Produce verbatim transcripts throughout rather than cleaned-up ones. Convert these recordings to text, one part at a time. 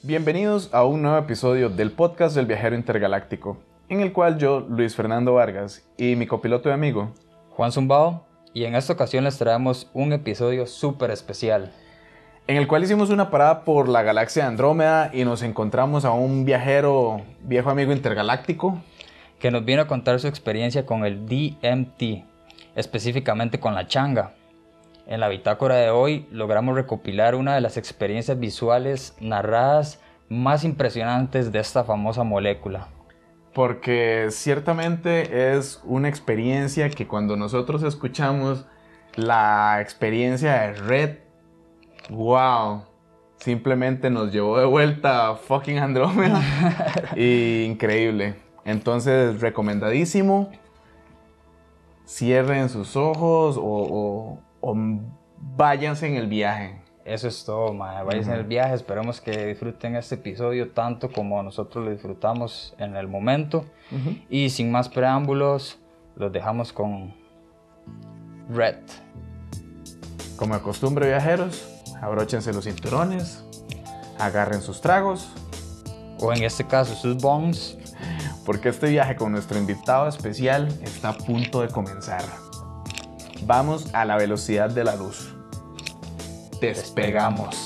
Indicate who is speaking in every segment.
Speaker 1: Bienvenidos a un nuevo episodio del podcast del Viajero Intergaláctico, en el cual yo, Luis Fernando Vargas, y mi copiloto y amigo,
Speaker 2: Juan Zumbao, y en esta ocasión les traemos un episodio súper especial,
Speaker 1: en el cual hicimos una parada por la galaxia de Andrómeda y nos encontramos a un viajero, viejo amigo intergaláctico,
Speaker 2: que nos vino a contar su experiencia con el D M T, específicamente con la changa. En la bitácora de hoy logramos recopilar una de las experiencias visuales narradas más impresionantes de esta famosa molécula.
Speaker 1: Porque ciertamente es una experiencia que cuando nosotros escuchamos la experiencia de Red, wow, simplemente nos llevó de vuelta a fucking Andrómeda. Y increíble. Entonces, recomendadísimo. Cierren sus ojos o, o, o váyanse en el viaje.
Speaker 2: Eso es todo, mae. Váyanse uh-huh. en el viaje. Esperemos que disfruten este episodio tanto como nosotros lo disfrutamos en el momento. Uh-huh. Y sin más preámbulos, los dejamos con Red.
Speaker 1: Como de costumbre, viajeros, abróchense los cinturones, agarren sus tragos.
Speaker 2: O en este caso, sus bongs.
Speaker 1: Porque este viaje con nuestro invitado especial está a punto de comenzar. Vamos a la velocidad de la luz. Despegamos.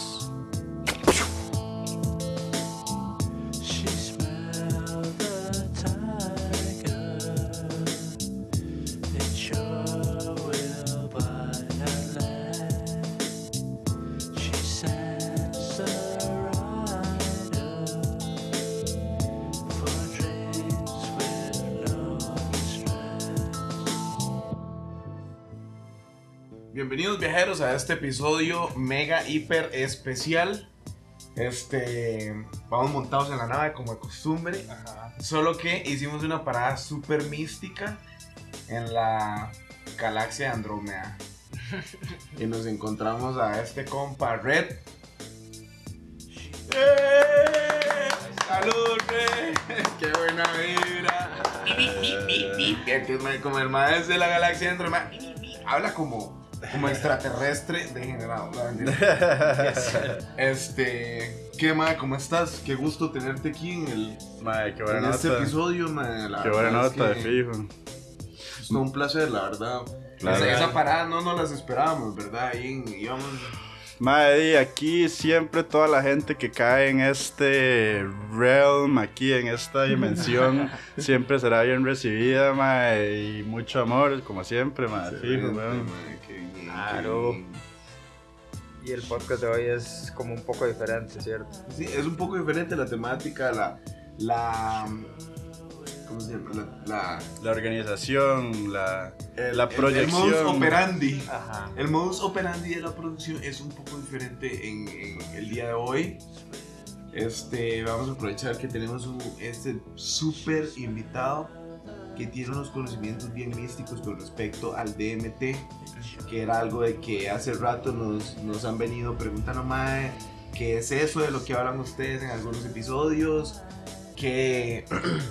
Speaker 1: Bienvenidos viajeros a este episodio mega hiper especial. Este, vamos montados en la nave como de costumbre. Ajá. Solo que hicimos una parada súper mística en la galaxia de Andrómeda. Y nos encontramos a este compa Red. ¡Eh! ¡Salud, Red! ¡Qué buena vibra! Como el maestro de la galaxia de Andrómeda. Habla como Como extraterrestre degenerado. Este, ¿qué, mae? ¿Cómo estás? Qué gusto tenerte aquí en el
Speaker 3: mae, qué buena
Speaker 1: en
Speaker 3: nota.
Speaker 1: Este episodio, mae. La
Speaker 3: qué buena nota,
Speaker 1: es
Speaker 3: de fijo.
Speaker 1: Es todo un placer, la verdad. Claro. Esa, esa parada no nos las esperábamos, ¿verdad? Ahí íbamos.
Speaker 3: Mae, aquí siempre toda la gente que cae en este realm, aquí en esta dimensión, siempre será bien recibida, mae, y mucho amor, como siempre, mae, fijo, weón.
Speaker 4: Claro. Y el podcast de hoy es como un poco diferente, ¿cierto?
Speaker 1: Sí, es un poco diferente la temática, la... la ¿cómo se llama? La, la,
Speaker 3: la organización, la,
Speaker 1: el,
Speaker 3: la proyección.
Speaker 1: El, el modus operandi.
Speaker 4: Ajá.
Speaker 1: El modus operandi de la producción es un poco diferente en, en el día de hoy. Este, vamos a aprovechar que tenemos un, este súper invitado que tiene unos conocimientos bien místicos con respecto al D M T, que era algo de que hace rato nos, nos han venido preguntando, mae, ¿qué es eso de lo que hablan ustedes en algunos episodios? Que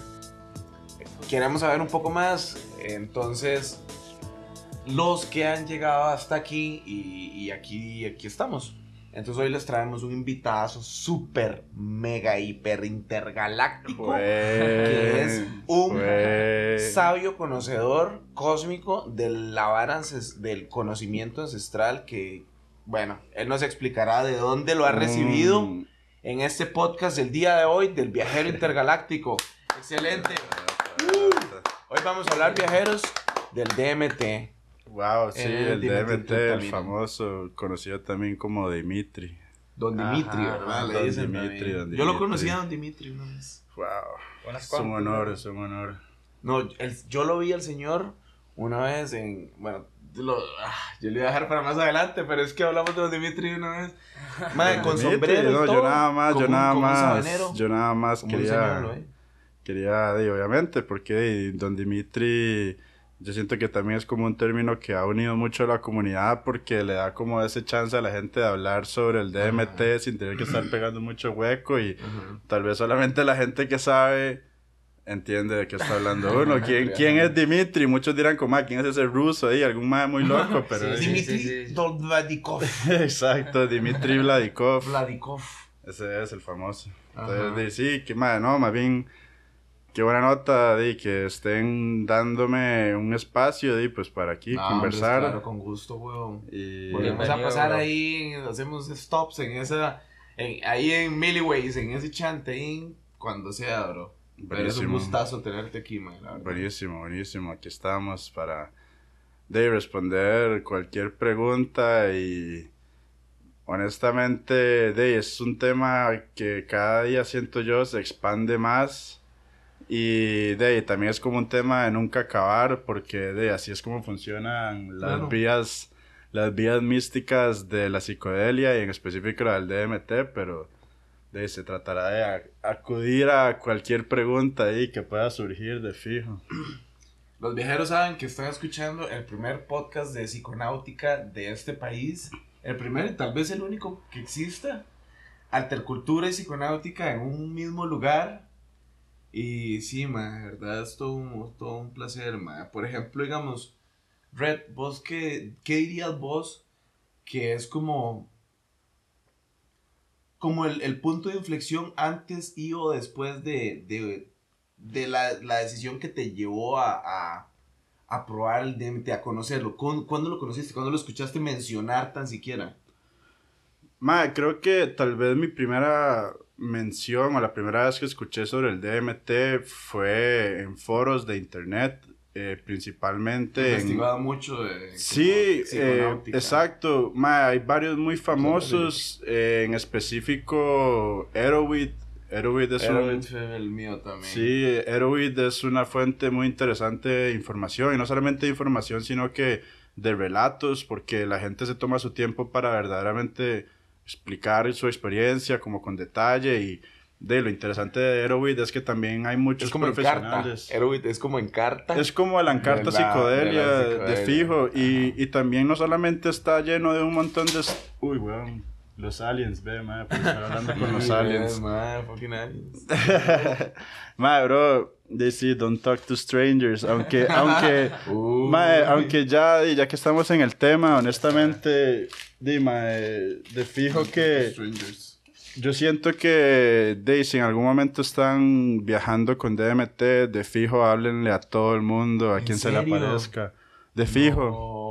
Speaker 1: queremos saber un poco más. Entonces, los que han llegado hasta aquí y, y aquí, aquí estamos. Entonces hoy les traemos un invitazo súper, mega, hiper intergaláctico,
Speaker 3: Wey,
Speaker 1: que es un
Speaker 3: wey.
Speaker 1: sabio conocedor cósmico de la vara ances- del conocimiento ancestral que, bueno, él nos explicará de dónde lo ha recibido mm. en este podcast del día de hoy del Viajero Intergaláctico. Excelente. Uh, hoy vamos a hablar, viajeros, del D M T.
Speaker 3: Wow, sí,
Speaker 1: eh,
Speaker 3: el D M T, el
Speaker 1: también.
Speaker 3: famoso, conocido también como Dimitri.
Speaker 1: Don Dimitri,
Speaker 3: Ajá,
Speaker 1: ¿verdad?
Speaker 3: Don
Speaker 1: Le dicen
Speaker 3: Dimitri, Don
Speaker 1: Yo lo
Speaker 3: Dimitri.
Speaker 1: conocí a Don Dimitri una vez.
Speaker 3: Wow,
Speaker 4: Unas
Speaker 3: es un
Speaker 4: cuantas,
Speaker 3: honor,
Speaker 4: ¿no?
Speaker 3: es un honor.
Speaker 1: No, el, yo lo vi al señor una vez en... Bueno, lo, ah, yo le iba a dejar para más adelante, pero es que hablamos de Don Dimitri una vez. Madre, con
Speaker 3: Dimitri,
Speaker 1: sombrero y
Speaker 3: no,
Speaker 1: todo.
Speaker 3: yo nada más,
Speaker 1: como
Speaker 3: yo
Speaker 1: un-
Speaker 3: nada
Speaker 1: como un
Speaker 3: más,
Speaker 1: sabanero,
Speaker 3: yo nada más
Speaker 1: como un
Speaker 3: quería,
Speaker 1: señor, ¿lo ve?
Speaker 3: quería, y obviamente, porque y, Don Dimitri, yo siento que también es como un término que ha unido mucho a la comunidad porque le da como ese chance a la gente de hablar sobre el D M T uh-huh. sin tener que estar pegando mucho hueco y uh-huh. tal vez solamente la gente que sabe entiende de qué está hablando uno. ¿Quién, ¿quién es Dimitri? Muchos dirán como, ah, ¿quién es ese ruso ahí? Algún mae muy loco, pero...
Speaker 1: Sí, Dimitri sí, sí, sí. Vladikov.
Speaker 3: Exacto, Dimitri Vladikov.
Speaker 1: Vladikov.
Speaker 3: Ese es el famoso.
Speaker 1: Ajá.
Speaker 3: Entonces, di, sí, que madre, no, más bien, qué buena nota, di, que estén dándome un espacio, di, pues, para aquí
Speaker 1: No,
Speaker 3: conversar.
Speaker 1: hombre, claro, con gusto, weón.
Speaker 3: Y...
Speaker 1: Volvemos a
Speaker 2: Bienvenido,
Speaker 1: pasar
Speaker 2: bro.
Speaker 1: ahí, en- hacemos stops en esa, en, ahí en Milliways, en ese chanteín, cuando sea, bro. Pero es un
Speaker 3: Buenísimo.
Speaker 1: gustazo tenerte aquí, man, la verdad.
Speaker 3: Buenísimo, buenísimo. Aquí estamos para de responder cualquier pregunta y honestamente de, es un tema que cada día siento yo se expande más y de también es como un tema de nunca acabar porque de así es como funcionan las
Speaker 1: Claro.
Speaker 3: vías las vías místicas de la psicodelia y en específico la del D M T, pero de, se tratará de a- acudir a cualquier pregunta ahí que pueda surgir de fijo.
Speaker 1: Los viajeros saben que están escuchando el primer podcast de psiconáutica de este país. El primero y tal vez el único que exista. Altercultura y psiconáutica en un mismo lugar. Y sí, ma, de verdad es todo un, todo un placer, ma. Por ejemplo, digamos, Red, vos qué, qué dirías vos que es como, como el, el punto de inflexión antes y o después de, de, de la, la decisión que te llevó a, a, a probar el D M T, a conocerlo? ¿Cuándo, ¿Cuándo lo conociste? ¿Cuándo lo escuchaste mencionar tan siquiera?
Speaker 3: Ma, creo que tal vez mi primera mención o la primera vez que escuché sobre el D M T fue en foros de internet, eh, principalmente en...
Speaker 1: Investigaba mucho de
Speaker 3: Sí,
Speaker 1: como
Speaker 3: eh,
Speaker 1: psiconáutica.
Speaker 3: exacto. Ma, hay varios muy famosos, eh, en específico Erowid. Erowid es un...
Speaker 1: Erowid fue el mío también.
Speaker 3: Sí, Erowid es una fuente muy interesante de información, y no solamente de información, sino que de relatos, porque la gente se toma su tiempo para verdaderamente explicar su experiencia como con detalle, y de lo interesante de Erowid es que también hay muchos
Speaker 1: Es como en carta.
Speaker 3: profesionales.
Speaker 1: Erowid es como en carta.
Speaker 3: Es como la encarta
Speaker 1: De la-
Speaker 3: psicodelia,
Speaker 1: de la
Speaker 3: de,
Speaker 1: psicodelia.
Speaker 3: fijo, y,
Speaker 1: Ajá.
Speaker 3: y también no solamente está lleno de un montón de... s- Uy, weón, los aliens, ve, madre, por estar hablando con los
Speaker 1: Sí,
Speaker 3: aliens.
Speaker 1: man, fucking aliens.
Speaker 3: Madre, bro, they say don't talk to strangers, aunque, aunque,
Speaker 1: Uy.
Speaker 3: madre, aunque ya, di, ya que estamos en el tema, honestamente, di, madre, de fijo que
Speaker 1: Strangers.
Speaker 3: yo siento que, de, si en algún momento están viajando con D M T, de fijo, háblenle a todo el mundo, a
Speaker 1: ¿En
Speaker 3: quien se le
Speaker 1: serio?
Speaker 3: aparezca, de fijo.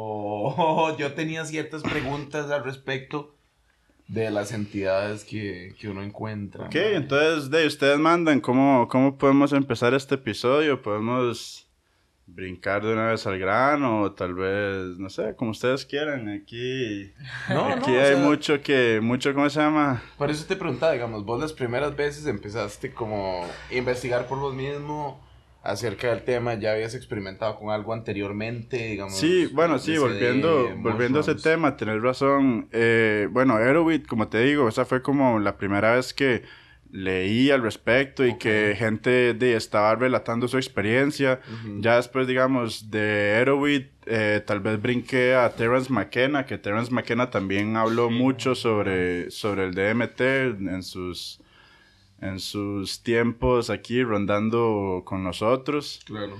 Speaker 1: No, yo tenía ciertas preguntas al respecto de las entidades que, que uno encuentra.
Speaker 3: Ok,
Speaker 1: man.
Speaker 3: entonces, de, ustedes mandan, ¿cómo, cómo podemos empezar este episodio? ¿Podemos brincar de una vez al grano? O tal vez, no sé, como ustedes quieran. Aquí,
Speaker 1: No,
Speaker 3: aquí
Speaker 1: no, o
Speaker 3: hay
Speaker 1: sea,
Speaker 3: mucho que, mucho, ¿cómo se llama?
Speaker 1: Por eso te preguntaba, digamos, vos las primeras veces empezaste como a investigar por vos mismo acerca del tema, ya habías experimentado con algo anteriormente, digamos.
Speaker 3: Sí, bueno, sí,
Speaker 1: L S D,
Speaker 3: volviendo, volviendo a ese
Speaker 1: mushrooms.
Speaker 3: tema, tenés razón. Eh, bueno, Erowid, como te digo, esa fue como la primera vez que leí al respecto y
Speaker 1: Ok.
Speaker 3: que gente de, estaba relatando su experiencia.
Speaker 1: Ujú.
Speaker 3: Ya después, digamos, de Erowid, eh, tal vez brinqué a Terence McKenna, que Terence McKenna también habló
Speaker 2: Sí.
Speaker 3: mucho sobre, sobre el D M T en sus, en sus tiempos aquí rondando con nosotros.
Speaker 1: Claro.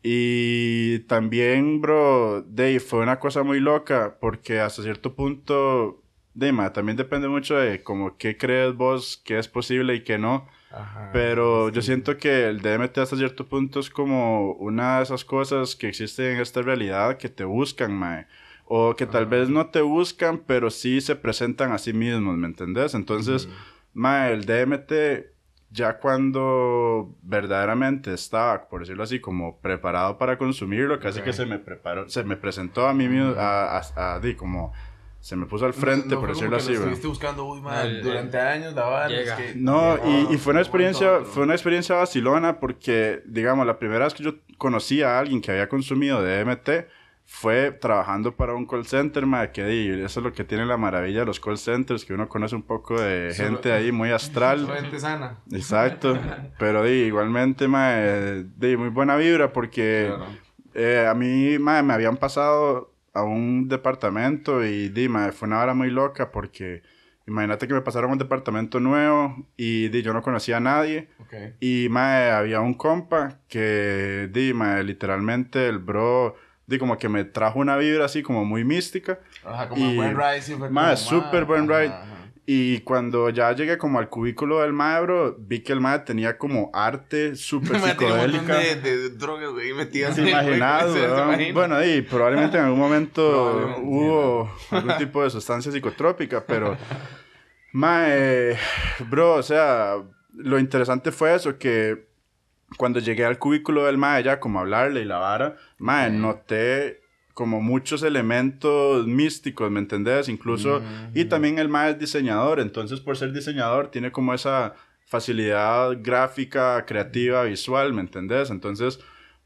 Speaker 3: Y también, bro, Dave, fue una cosa muy loca porque hasta cierto punto, Dima, también depende mucho de como qué crees vos que es posible y qué no.
Speaker 1: Ajá.
Speaker 3: Pero yo
Speaker 1: Sí.
Speaker 3: siento que el D M T hasta cierto punto es como una de esas cosas que existen en esta realidad que te buscan, mae. O que tal
Speaker 1: Ajá.
Speaker 3: vez no te buscan, pero sí se presentan a sí mismos, ¿me entendés? Entonces,
Speaker 1: Ujú.
Speaker 3: mae, el D M T, ya cuando verdaderamente estaba, por decirlo así, como preparado para consumirlo, casi
Speaker 1: Ok.
Speaker 3: que se me preparó, se me presentó a mí mismo,
Speaker 1: Ujú.
Speaker 3: a, a, a- di, como se me puso al frente,
Speaker 1: No- no
Speaker 3: por
Speaker 1: fue
Speaker 3: decirlo
Speaker 1: como que
Speaker 3: así,
Speaker 1: lo
Speaker 3: bro.
Speaker 1: estuviste buscando, uy, man,
Speaker 2: El-
Speaker 1: durante años la vara,
Speaker 2: llega.
Speaker 1: es que
Speaker 3: No,
Speaker 1: llegó
Speaker 3: y, y fue una
Speaker 1: de un
Speaker 3: experiencia,
Speaker 1: momento a otro.
Speaker 3: fue una experiencia vacilona porque, digamos, la primera vez que yo conocí a alguien que había consumido D M T fue trabajando para un call center, ma, que di, eso es lo que tiene la maravilla de los call centers, que uno conoce un poco de
Speaker 1: Solo-
Speaker 3: gente ahí muy astral.
Speaker 1: Gente sana.
Speaker 3: Exacto, pero di, igualmente, ma, eh, di, muy buena vibra porque
Speaker 1: Claro.
Speaker 3: eh, a mí, ma, me habían pasado a un departamento y di, ma, fue una hora muy loca porque imagínate que me pasaron a un departamento nuevo y di, yo no conocía a nadie
Speaker 1: Ok.
Speaker 3: y ma, había un compa que di, ma, literalmente el bro di, como que me trajo una vibra así como muy mística.
Speaker 1: Ajá, como
Speaker 3: Y,
Speaker 1: un buen ride, sí fue
Speaker 3: ma,
Speaker 1: como,
Speaker 3: súper
Speaker 1: ma,
Speaker 3: buen
Speaker 1: ajá,
Speaker 3: ride.
Speaker 1: ajá.
Speaker 3: Y cuando ya llegué como al cubículo del mae, bro, vi que el mae tenía como arte súper psicodélica.
Speaker 1: de, de drogas, güey, metidas
Speaker 3: ¿Te imaginas, weón? Bueno, y probablemente en algún momento hubo algún tipo de sustancia psicotrópica, pero... mae, bro, o sea, lo interesante fue eso, que cuando llegué al cubículo del mae ya como a hablarle y la vara, mae, okay. noté... como muchos elementos místicos, ¿me entendés? Incluso, mm-hmm. y también el mae es diseñador, entonces por ser diseñador tiene como esa facilidad gráfica, creativa, visual, ¿me entendés? Entonces,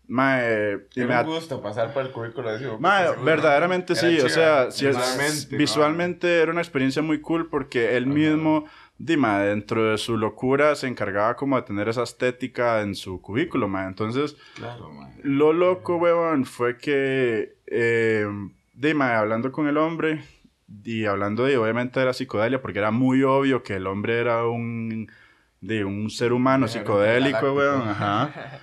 Speaker 3: mae...
Speaker 1: Es un gusto pasar por el currículo de ese.
Speaker 3: Mae, verdaderamente sí, chica, o sea, sí es, visualmente no. Era una experiencia muy cool porque él uh-huh. mismo... Dima, dentro de su locura se encargaba como de tener esa estética en su cubículo, man. Entonces,
Speaker 1: claro, man.
Speaker 3: Lo loco, weón, fue que, eh, Dima, hablando con el hombre y hablando de, obviamente, de la psicodelia, porque era muy obvio que el hombre era un, de, un ser humano psicodélico, weón, ajá.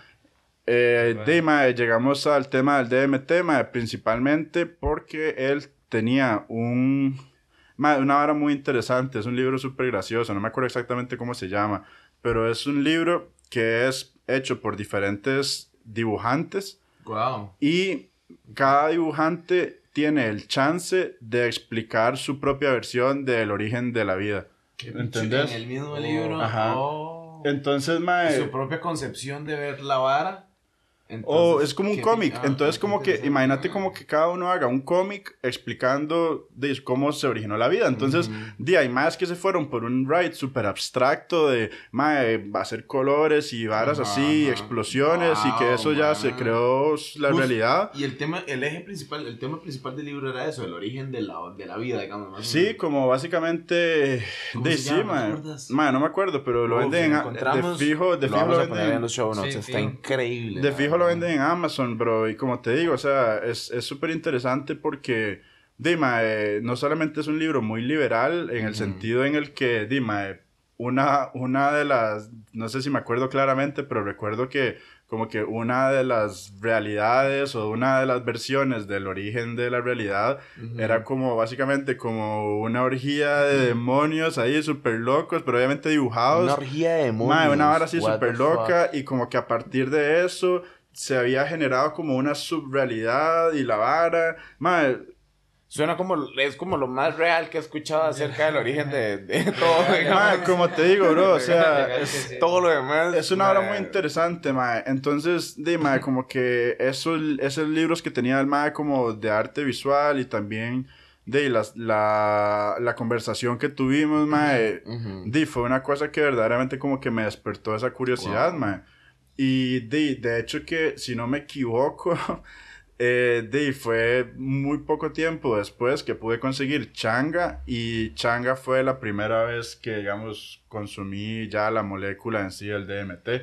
Speaker 3: Eh, bueno. Dima, llegamos al tema del D M T, man, principalmente porque él tenía un... una vara muy interesante, es un libro súper gracioso, no me acuerdo exactamente cómo se llama, pero es un libro que es hecho por diferentes dibujantes.
Speaker 1: Wow.
Speaker 3: Y cada dibujante tiene el chance de explicar su propia versión del origen de la vida.
Speaker 1: ¿Qué ¿Entendés? En el mismo oh. libro.
Speaker 3: Ajá.
Speaker 1: Oh.
Speaker 3: Entonces, mae...
Speaker 1: Su propia concepción de ver la vara.
Speaker 3: Entonces, oh, es como un cómic. Ah, Entonces, como que, imagínate como que cada uno haga un cómic explicando de cómo se originó la vida. Entonces, uh-huh. de, hay más que se fueron por un ride súper abstracto de, mae, va a ser colores y varas uh-huh. así, explosiones, wow, y que eso man. ya se creó la Uf, realidad.
Speaker 1: Y el tema, el eje principal, el tema principal del libro era eso, el origen de la, de la vida, digamos. Más
Speaker 3: sí, como básicamente, de sí, mae. Mae, no me acuerdo, pero Uf, lo venden en, de fijo, de
Speaker 1: lo
Speaker 3: fijo
Speaker 1: vamos
Speaker 3: lo
Speaker 1: a poner en los show notes, sí, está sí. increíble.
Speaker 3: De fijo lo venden en Amazon, bro, y como te digo, o sea, es súper interesante porque, Dima, eh, no solamente es un libro muy liberal en el mm. sentido en el que, Dima, eh, una, una de las, no sé si me acuerdo claramente, pero recuerdo que como que una de las realidades o una de las versiones del origen de la realidad mm-hmm. era como básicamente como una orgía de demonios ahí súper locos, pero obviamente dibujados.
Speaker 1: Una orgía de demonios.
Speaker 3: Ma, una vara así súper loca y como que a partir de eso se había generado como una subrealidad y la vara. Madre,
Speaker 1: suena como, es como lo más real que he escuchado acerca del origen de, de todo.
Speaker 3: Madre, como te digo, bro, o sea, es,
Speaker 1: todo lo demás.
Speaker 3: Es una obra muy interesante, madre. Entonces, de, madre, como que eso, esos libros que tenía el madre como de arte visual y también de la, la, la conversación que tuvimos, madre, uh-huh. de, fue una cosa que verdaderamente como que me despertó esa curiosidad, wow. madre. Y de, de hecho que, si no me equivoco, eh, de, fue muy poco tiempo después que pude conseguir changa. Y changa fue la primera vez que, digamos, consumí ya la molécula en sí, el D M T.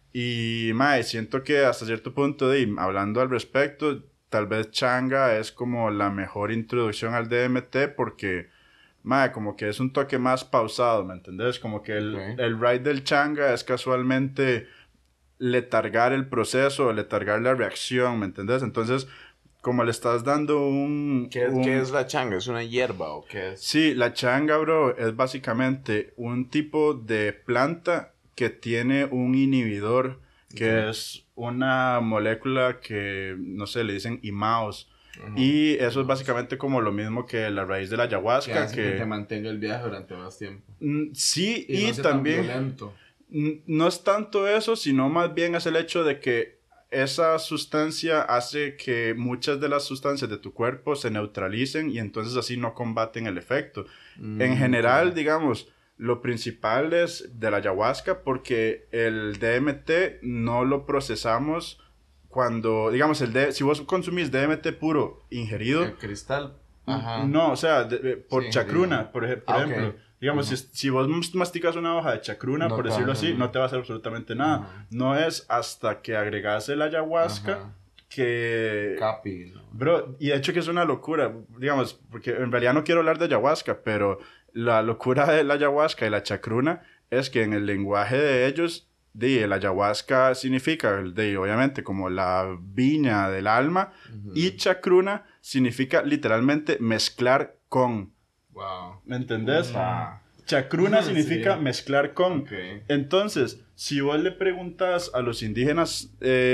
Speaker 3: Y, mae, siento que hasta cierto punto, de, hablando al respecto, tal vez changa es como la mejor introducción al D M T porque... mae, como que es un toque más pausado, ¿me entendés? Como que el, okay. el ride del changa es casualmente... letargar el proceso, letargar la reacción, ¿me entendés? Entonces, como le estás dando un...
Speaker 1: ¿Qué es,
Speaker 3: un...
Speaker 1: ¿qué es la changa? ¿Es una hierba o qué es?
Speaker 3: Sí, la changa, bro, es básicamente un tipo de planta que tiene un inhibidor, que okay. es una molécula que, no sé, le dicen imaos. Uh-huh. Y eso es básicamente como lo mismo que la raíz de la ayahuasca.
Speaker 1: Que hace
Speaker 3: que...
Speaker 1: que te mantenga el viaje durante más tiempo.
Speaker 3: Mm, sí, y,
Speaker 1: y no
Speaker 3: también...
Speaker 1: Tan violento.
Speaker 3: No es tanto eso, sino más bien es el hecho de que esa sustancia hace que muchas de las sustancias de tu cuerpo se neutralicen y entonces así no combaten el efecto. Mm, en general, okay. digamos, lo principal es de la ayahuasca porque el D M T no lo procesamos cuando, digamos, el D- si vos consumís D M T puro ingerido...
Speaker 1: El cristal. Ajá.
Speaker 3: No, o sea, de, de, por sí, chacruna, por, por
Speaker 1: ah,
Speaker 3: ejemplo.
Speaker 1: Okay.
Speaker 3: Digamos, uh-huh. si, si vos masticas una hoja de chacruna, no por decirlo así, no te va a hacer absolutamente nada. Uh-huh. No es hasta que agregas el ayahuasca uh-huh. que...
Speaker 1: Capi. ¿no?
Speaker 3: Bro, y de hecho que es una locura, digamos, porque en realidad no quiero hablar de ayahuasca, pero la locura de la ayahuasca y la chacruna es que en el lenguaje de ellos, de, el ayahuasca significa, de, obviamente, como la viña del alma, uh-huh. y chacruna significa literalmente mezclar con...
Speaker 1: Wow.
Speaker 3: ¿Me entendés?
Speaker 1: Uh-huh.
Speaker 3: Chacruna significa
Speaker 1: Sí.
Speaker 3: mezclar con.
Speaker 1: Ok.
Speaker 3: Entonces, si vos le preguntas a los indígenas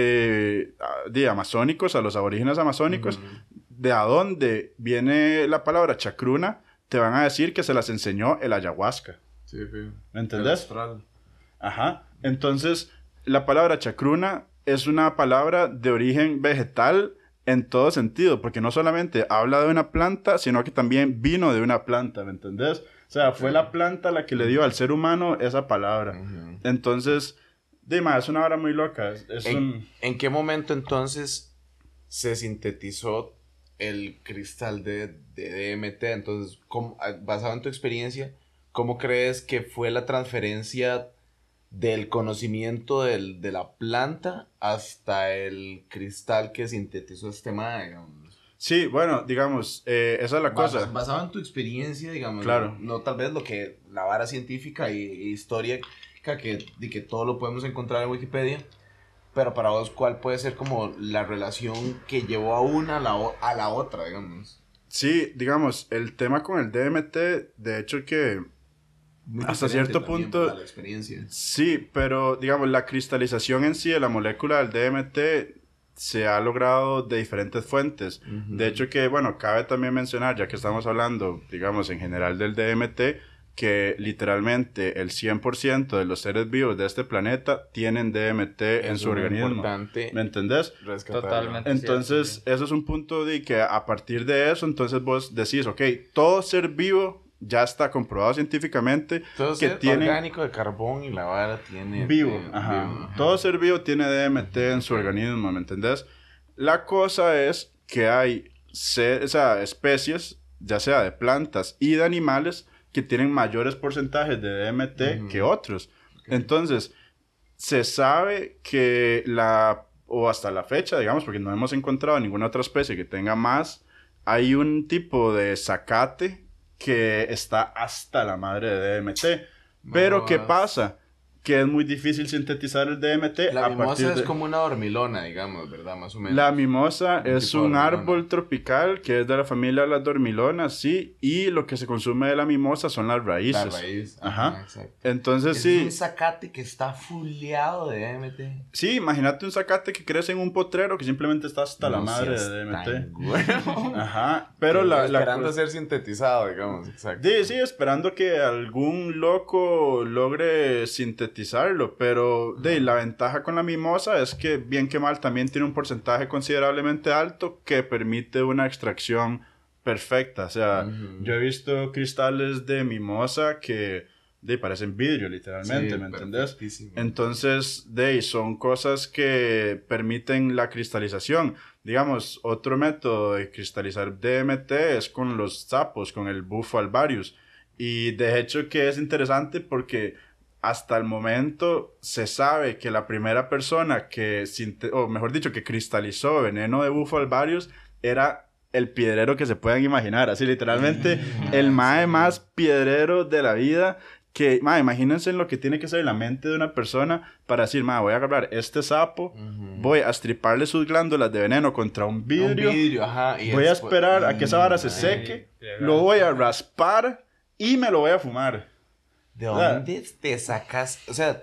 Speaker 3: eh, a- de amazónicos, a los aborígenes amazónicos,
Speaker 1: Ujú.
Speaker 3: de a dónde viene la palabra chacruna, te van a decir que se las enseñó el ayahuasca.
Speaker 1: Sí, sí.
Speaker 3: ¿Me entendés?
Speaker 1: El astral.
Speaker 3: Ajá. Entonces, la palabra chacruna es una palabra de origen vegetal en todo sentido, porque no solamente habla de una planta, sino que también vino de una planta, ¿me entendés? O sea, fue la planta la que le dio al ser humano esa palabra.
Speaker 1: Ujú.
Speaker 3: Entonces, Dima, es una hora muy loca. Es, es
Speaker 1: ¿En,
Speaker 3: un...
Speaker 1: en qué momento entonces se sintetizó el cristal de, de D M T? Entonces, ¿cómo- ah, basado en tu experiencia, ¿cómo crees que fue la transferencia del conocimiento del- de la planta hasta el cristal que sintetizó este mae, digamos?
Speaker 3: Sí, bueno, digamos, eh, esa es la
Speaker 1: Basa-
Speaker 3: cosa.
Speaker 1: basado en tu experiencia, digamos.
Speaker 3: Claro.
Speaker 1: No, no tal vez lo que la vara científica y, y histórica que, de que todo lo podemos encontrar en Wikipedia. Pero para vos, ¿cuál puede ser como la relación que llevó a una a la, o- a la otra, digamos?
Speaker 3: Sí, digamos, el tema con el D M T, de hecho que
Speaker 1: Muy
Speaker 3: hasta
Speaker 1: diferente
Speaker 3: cierto
Speaker 1: también,
Speaker 3: punto...
Speaker 1: ¿verdad? La experiencia.
Speaker 3: Sí, pero digamos, la cristalización en sí de la molécula del D M T se ha logrado de diferentes fuentes.
Speaker 1: Ujú.
Speaker 3: De hecho que, bueno, cabe también mencionar, ya que estamos hablando, digamos, en general del D M T, que literalmente el cien por ciento de los seres vivos de este planeta tienen D M T en
Speaker 1: Eso
Speaker 3: su
Speaker 1: es muy
Speaker 3: organismo.
Speaker 1: importante
Speaker 3: ¿Me entendés?
Speaker 1: rescatarlo.
Speaker 2: Totalmente.
Speaker 3: Entonces,
Speaker 2: cierto,
Speaker 3: eso es un punto de que a partir de eso, entonces vos decís, ok, todo ser vivo ya está comprobado científicamente
Speaker 1: Entonces,
Speaker 3: que tiene
Speaker 1: orgánico de carbón y la vara tiene...
Speaker 3: vivo,
Speaker 1: eh,
Speaker 3: ajá.
Speaker 1: vivo, ajá.
Speaker 3: Todo ser vivo tiene D M T en su
Speaker 1: Ok.
Speaker 3: organismo, ¿me entendés? La cosa es que hay se- o sea, especies, ya sea de plantas y de animales, que tienen mayores porcentajes de D M T
Speaker 1: Ujú.
Speaker 3: que otros. Entonces, se sabe que la, o hasta la fecha, digamos, porque no hemos encontrado ninguna otra especie que tenga más, hay un tipo de zacate que está hasta la madre de D M T. Pero, ¿qué
Speaker 1: Más-
Speaker 3: pasa? Que es muy difícil sintetizar el D M T
Speaker 1: La
Speaker 3: a partir
Speaker 1: mimosa
Speaker 3: de...
Speaker 1: es como una dormilona, digamos, ¿verdad? Más o menos.
Speaker 3: La mimosa
Speaker 1: Un
Speaker 3: es
Speaker 1: tipo de
Speaker 3: un
Speaker 1: dormilona.
Speaker 3: árbol tropical que es de la familia de las dormilonas, sí, y lo que se consume de la mimosa son las
Speaker 1: La
Speaker 3: raíces.
Speaker 1: raíz.
Speaker 3: Ajá.
Speaker 1: Ajá, exacto.
Speaker 3: Entonces,
Speaker 1: Es
Speaker 3: sí,
Speaker 1: un zacate que está fuleado de D M T.
Speaker 3: sí, imagínate un zacate que crece en un potrero que simplemente está hasta la
Speaker 1: No
Speaker 3: madre
Speaker 1: seas
Speaker 3: de D M T.
Speaker 1: tan güey.
Speaker 3: Ajá, pero la... la
Speaker 1: Esperando
Speaker 3: cosa-
Speaker 1: ser sintetizado, digamos, exacto.
Speaker 3: Sí, sí, esperando que algún loco logre sintetizarlo, pero de, la ventaja con la mimosa es que bien que mal también tiene un porcentaje considerablemente alto que permite una extracción perfecta. O sea,
Speaker 1: Ujú.
Speaker 3: yo he visto cristales de mimosa que de, parecen vidrio literalmente,
Speaker 1: Sí,
Speaker 3: ¿me entendés?
Speaker 1: perfectísimo.
Speaker 3: Entonces, de, son cosas que permiten la cristalización. Digamos, otro método de cristalizar D M T es con los sapos, con el bufo alvarius. Y de hecho que es interesante porque hasta el momento se sabe que la primera persona que, sinte- o mejor dicho, que cristalizó veneno de bufo alvarius era el piedrero que se puedan imaginar. Así literalmente el mae más piedrero de la vida. Que, ma, imagínense en lo que tiene que ser la mente de una persona para decir, ma, voy a agarrar este sapo,
Speaker 1: Ujú.
Speaker 3: voy a estriparle sus glándulas de veneno contra un vidrio,
Speaker 1: Un vidrio, ajá. y
Speaker 3: voy a
Speaker 1: después-
Speaker 3: esperar a que esa vara se
Speaker 1: Mm,
Speaker 3: seque,
Speaker 2: sí,
Speaker 3: lo voy a raspar y me lo voy a fumar.
Speaker 1: ¿De dónde te sacas? O sea,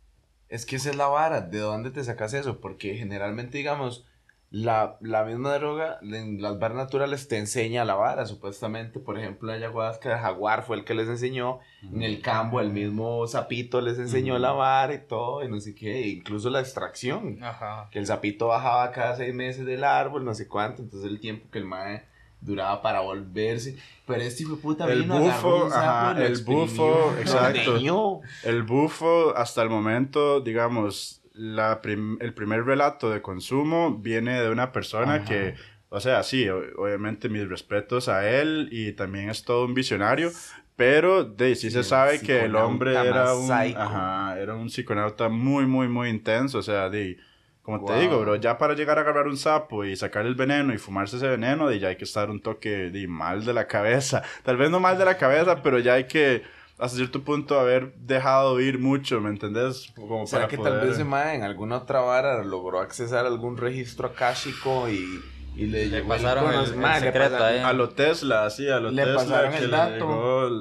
Speaker 1: es que esa es la vara. ¿De dónde te sacas eso? Porque generalmente, digamos, la, la misma droga en las varas naturales te enseña la vara, supuestamente. Por ejemplo, la ayahuasca, el jaguar fue el que les enseñó. En el campo, el mismo sapito les enseñó
Speaker 3: Ujú.
Speaker 1: la vara y todo, y no sé qué. e incluso la extracción.
Speaker 2: Ajá.
Speaker 1: Que el sapito bajaba cada seis meses del árbol, no sé cuánto. Entonces el tiempo que el mae duraba para volverse. Pero este hijo de puta
Speaker 3: El
Speaker 1: vino, agarró
Speaker 3: bufo,
Speaker 1: un sapo,
Speaker 3: ajá,
Speaker 1: lo
Speaker 3: el
Speaker 1: exprimió,
Speaker 3: bufo,
Speaker 1: lo
Speaker 3: exacto.
Speaker 1: ordeñó.
Speaker 3: El bufo, hasta el momento, digamos, la prim- el primer relato de consumo viene de una persona
Speaker 1: Ajá.
Speaker 3: que, o sea, sí, o- obviamente mis respetos a él y también es todo un visionario, pero de sí
Speaker 1: Sí,
Speaker 3: se
Speaker 1: el
Speaker 3: sabe que el
Speaker 1: psiconauta
Speaker 3: hombre era
Speaker 1: más
Speaker 3: un,
Speaker 1: psycho.
Speaker 3: ajá, era un psiconauta muy, muy, muy intenso, o sea, de, como te
Speaker 1: Wow.
Speaker 3: digo, bro, ya para llegar a agarrar un sapo y sacar el veneno y fumarse ese veneno, de ya hay que estar un toque de mal de la cabeza, tal vez no mal de la cabeza, pero ya hay que hasta cierto punto haber dejado ir mucho, ¿me entendés? Como
Speaker 1: ¿Será
Speaker 3: para
Speaker 1: que
Speaker 3: poder...
Speaker 1: tal vez ese mae en alguna otra vara logró accesar a algún registro akáshico y, y le,
Speaker 2: Le
Speaker 1: llegó
Speaker 2: pasaron
Speaker 1: el,
Speaker 2: el-
Speaker 1: cono-
Speaker 2: el
Speaker 1: mae, le
Speaker 2: secreto
Speaker 1: pasaron-
Speaker 2: ahí.
Speaker 3: A lo Tesla, sí, a lo
Speaker 1: Le
Speaker 3: Tesla
Speaker 1: pasaron
Speaker 3: que
Speaker 1: el
Speaker 3: le
Speaker 1: dato.
Speaker 3: llegó el,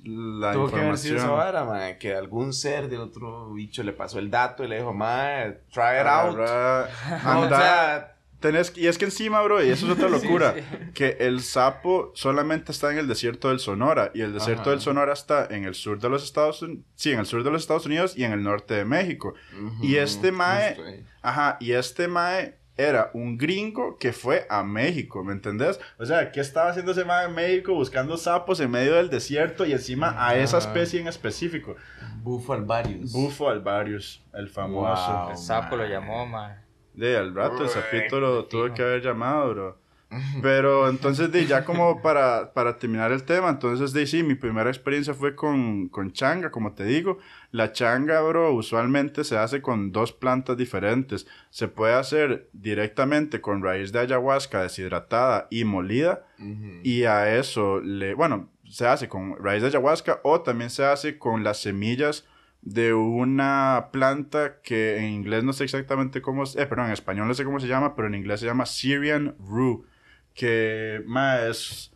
Speaker 3: la
Speaker 1: Tuvo que haber sido esa
Speaker 3: información.
Speaker 1: vara, mae, que algún ser del otro bicho le pasó el dato y le dijo, mae, try it out.
Speaker 3: Agarra-
Speaker 1: No, o
Speaker 3: anda-
Speaker 1: sea,
Speaker 3: tenés, y es que encima, bro, y eso es otra
Speaker 2: Sí,
Speaker 3: locura,
Speaker 2: sí.
Speaker 3: que el sapo solamente está en el desierto del Sonora, y el desierto
Speaker 1: Ajá.
Speaker 3: del Sonora está en el sur de los Estados Unidos, sí, en el sur de los Estados Unidos y en el norte de México.
Speaker 1: ujú,
Speaker 3: Y este mae,
Speaker 1: justo ahí.
Speaker 3: ajá, y este mae era un gringo que fue a México, ¿me entendés? O sea, ¿qué estaba haciendo ese mae en México buscando sapos en medio del desierto y encima a esa
Speaker 1: Ajá.
Speaker 3: especie en específico?
Speaker 1: Bufo alvarius.
Speaker 3: Bufo alvarius, el famoso.
Speaker 1: Wow.
Speaker 2: El sapo lo
Speaker 1: man.
Speaker 2: llamó, man.
Speaker 3: De al rato el sapito lo
Speaker 2: de
Speaker 3: tuve
Speaker 2: fijo.
Speaker 3: que haber llamado, bro. Pero entonces, de, ya como para, para terminar el tema, entonces, de, sí, mi primera experiencia fue con, con changa, como te digo. La changa, bro, usualmente se hace con dos plantas diferentes. Se puede hacer directamente con raíz de ayahuasca deshidratada y molida.
Speaker 1: Ujú.
Speaker 3: Y a eso le, bueno, se hace con raíz de ayahuasca o también se hace con las semillas de una planta que en inglés no sé exactamente cómo, eh, perdón, en español no sé cómo se llama, pero en inglés se llama Syrian Rue, que ma, es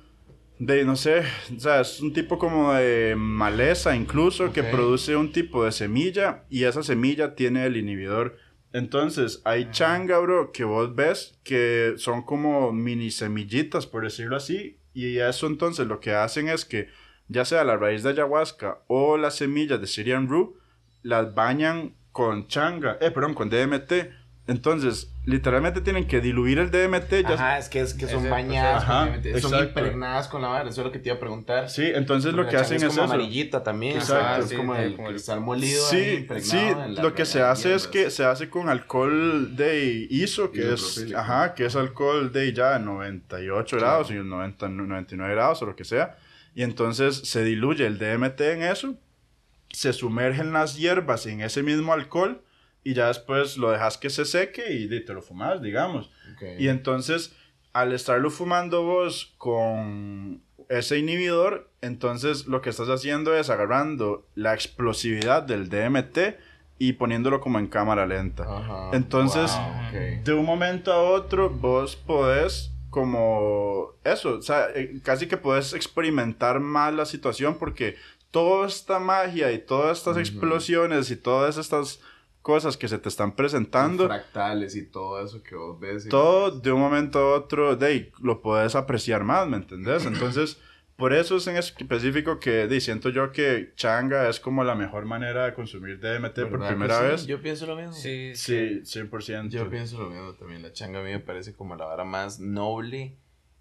Speaker 3: de, no sé, o sea, es un tipo como de maleza incluso, que
Speaker 1: Ok.
Speaker 3: produce un tipo de semilla y esa semilla tiene el inhibidor. Entonces, hay changa, bro, que vos ves que son como mini semillitas, por decirlo así, y eso entonces lo que hacen es que ya sea la raíz de ayahuasca o las semillas de Syrian Rue, las bañan con changa, eh, perdón, con D M T. Entonces, literalmente tienen que diluir el D M T. Ya
Speaker 1: Ajá, es que, es que son
Speaker 2: Ese
Speaker 1: bañadas,
Speaker 3: proceso.
Speaker 1: con D M T,
Speaker 3: Ajá,
Speaker 1: son
Speaker 3: exacto.
Speaker 1: impregnadas con la vara, eso es lo que te iba a preguntar.
Speaker 3: Sí, entonces lo
Speaker 1: Porque
Speaker 3: que
Speaker 1: la
Speaker 3: hacen
Speaker 1: changa
Speaker 3: es
Speaker 1: como
Speaker 3: eso.
Speaker 1: amarillita también,
Speaker 3: Exacto.
Speaker 1: ajá, es
Speaker 2: Sí,
Speaker 1: como
Speaker 2: sí,
Speaker 1: el
Speaker 2: como el-
Speaker 1: cristal molido ahí
Speaker 3: Sí,
Speaker 1: impregnado
Speaker 3: sí,
Speaker 1: en la-
Speaker 3: lo que
Speaker 1: en
Speaker 3: se
Speaker 1: las
Speaker 3: hace es que
Speaker 1: hierbas.
Speaker 3: se hace con alcohol de iso, que es,
Speaker 1: Isopropílico.
Speaker 3: ajá, que es alcohol de ya noventa y ocho
Speaker 1: Claro.
Speaker 3: grados y noventa, noventa y nueve grados o lo que sea. Y entonces se diluye el D M T en eso, se sumergen las hierbas en ese mismo alcohol y ya después lo dejas que se seque y de- te lo fumas, digamos.
Speaker 1: Ok.
Speaker 3: Y entonces, al estarlo fumando vos con ese inhibidor, entonces lo que estás haciendo es agarrando la explosividad del D M T y poniéndolo como en cámara lenta.
Speaker 1: Ajá.
Speaker 3: Entonces,
Speaker 1: Wow, ok.
Speaker 3: De un momento a otro, vos podés como eso, o sea, eh, casi que podés experimentar más la situación porque toda esta magia y todas estas
Speaker 1: Ujú.
Speaker 3: explosiones y todas estas cosas que se te están presentando,
Speaker 1: Fractales y todo eso que vos ves. y-
Speaker 3: todo de un momento a otro, de ahí, lo puedes apreciar más, ¿me entendés? Entonces, por eso es en específico que de, siento yo que changa es como la mejor manera de consumir D M T por
Speaker 1: ¿Verdad que
Speaker 3: primera
Speaker 1: sí?
Speaker 3: vez.
Speaker 1: Yo pienso lo mismo.
Speaker 2: Sí,
Speaker 3: Sí, cien por ciento.
Speaker 1: Yo pienso lo mismo también. La changa a mí me parece como la vara más noble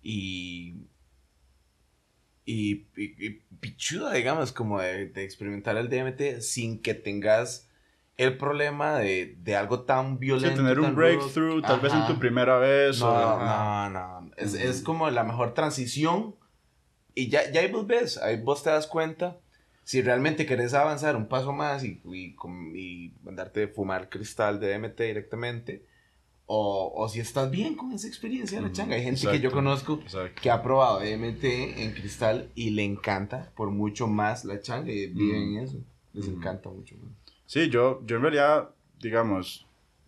Speaker 1: y. y, y- y pichuda, digamos, como de, de experimentar el D M T sin que tengas el problema de, de algo tan
Speaker 3: Sí,
Speaker 1: violento.
Speaker 3: tener un
Speaker 1: tan
Speaker 3: breakthrough,
Speaker 1: rudo.
Speaker 3: tal vez en
Speaker 1: Ajá.
Speaker 3: tu primera vez.
Speaker 1: No,
Speaker 3: o...
Speaker 1: no, no. Es, es como la mejor transición. Y ya, ya ahí vos ves, ahí vos te das cuenta si realmente querés avanzar un paso más y, y, com- y mandarte a fumar cristal de D M T directamente. O, o si estás bien con esa experiencia de la
Speaker 3: Mm,
Speaker 1: changa. Hay gente que yo
Speaker 3: exacto.
Speaker 1: conozco
Speaker 3: Exacto.
Speaker 1: que ha probado D M T en cristal y le encanta por mucho más la changa y viven
Speaker 3: Mm.
Speaker 1: en eso. Les
Speaker 3: Mm.
Speaker 1: encanta mucho más.
Speaker 3: Sí, yo, yo en realidad, digamos,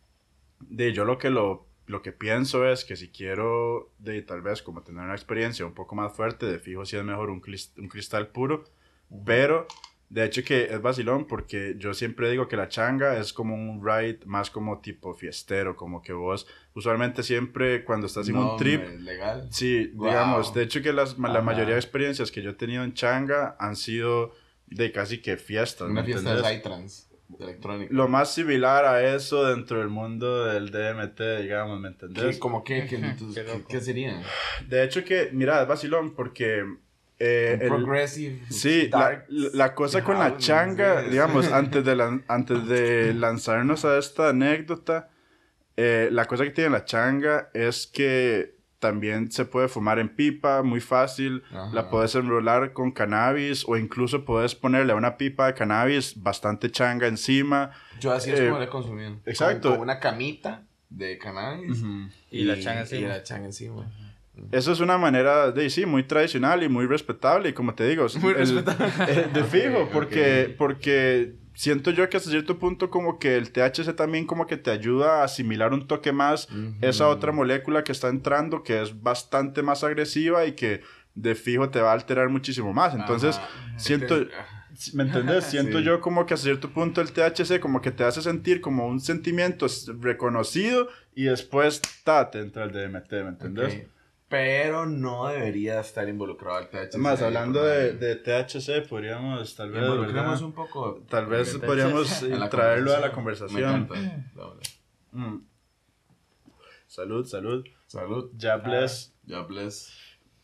Speaker 3: de yo lo que lo, lo que pienso es que si quiero, de tal vez como tener una experiencia un poco más fuerte, de fijo si es mejor un, cris- un cristal puro, pero de hecho que es vacilón porque yo siempre digo que la changa es como un ride más como tipo fiestero, como que vos usualmente siempre cuando estás en
Speaker 1: No,
Speaker 3: un trip,
Speaker 1: hombre, legal.
Speaker 3: sí,
Speaker 1: Wow.
Speaker 3: digamos, de hecho que las, la
Speaker 1: Ajá.
Speaker 3: mayoría de experiencias que yo he tenido en changa han sido de casi que fiestas,
Speaker 1: Una
Speaker 3: ¿me
Speaker 1: fiesta de
Speaker 3: entendés?
Speaker 1: Psytrance electrónica.
Speaker 3: Lo más similar a eso dentro del mundo del D M T, digamos, ¿me
Speaker 1: ¿Qué,
Speaker 3: entendés?
Speaker 1: como qué, qué,
Speaker 2: Qué
Speaker 1: qué,
Speaker 2: loco.
Speaker 1: qué sería?
Speaker 3: De hecho que, mira, es vacilón porque... eh,
Speaker 1: Un
Speaker 3: el-
Speaker 1: progressive.
Speaker 3: sí, la,
Speaker 1: dark
Speaker 3: la cosa con la
Speaker 1: house,
Speaker 3: changa,
Speaker 1: sí, sí.
Speaker 3: digamos, antes de, lan- antes de lanzarnos a esta anécdota, eh, la cosa que tiene la changa es que también se puede fumar en pipa, muy fácil,
Speaker 1: Ajá.
Speaker 3: la puedes enrolar con cannabis o incluso puedes ponerle a una pipa de cannabis bastante changa encima.
Speaker 1: Yo así es
Speaker 3: eh,
Speaker 1: como le consumí.
Speaker 3: exacto.
Speaker 1: Con, con una camita de cannabis.
Speaker 2: Y la changa encima.
Speaker 1: Y la changa encima.
Speaker 3: Eso es una manera de, sí, muy tradicional y muy respetable. Y como te digo,
Speaker 1: Muy
Speaker 3: el-
Speaker 1: respetable.
Speaker 3: eh, de fijo,
Speaker 1: Ok,
Speaker 3: porque,
Speaker 1: ok.
Speaker 3: porque siento yo que hasta cierto punto como que el T H C también como que te ayuda a asimilar un toque más
Speaker 1: Ujú.
Speaker 3: esa otra molécula que está entrando, que es bastante más agresiva y que de fijo te va a alterar muchísimo más. Entonces,
Speaker 1: Ajá.
Speaker 3: siento... ¿Me entendés? Siento
Speaker 1: Sí.
Speaker 3: yo como que a cierto punto el T H C como que te hace sentir como un sentimiento reconocido y después, ta, te entra el D M T, ¿me entendés?
Speaker 1: Ok. Pero no debería estar involucrado el T H C.
Speaker 3: Además, hablando de, de T H C, podríamos tal vez,
Speaker 1: Involucremos
Speaker 3: ¿verdad?
Speaker 1: un poco.
Speaker 3: Tal vez
Speaker 4: T H C.
Speaker 3: podríamos
Speaker 1: en la
Speaker 3: traerlo a la
Speaker 1: Me
Speaker 3: conversación.
Speaker 1: encanta. Dale.
Speaker 3: Mm. Salud, salud.
Speaker 1: Salud.
Speaker 3: Ya bless.
Speaker 1: Ya bless.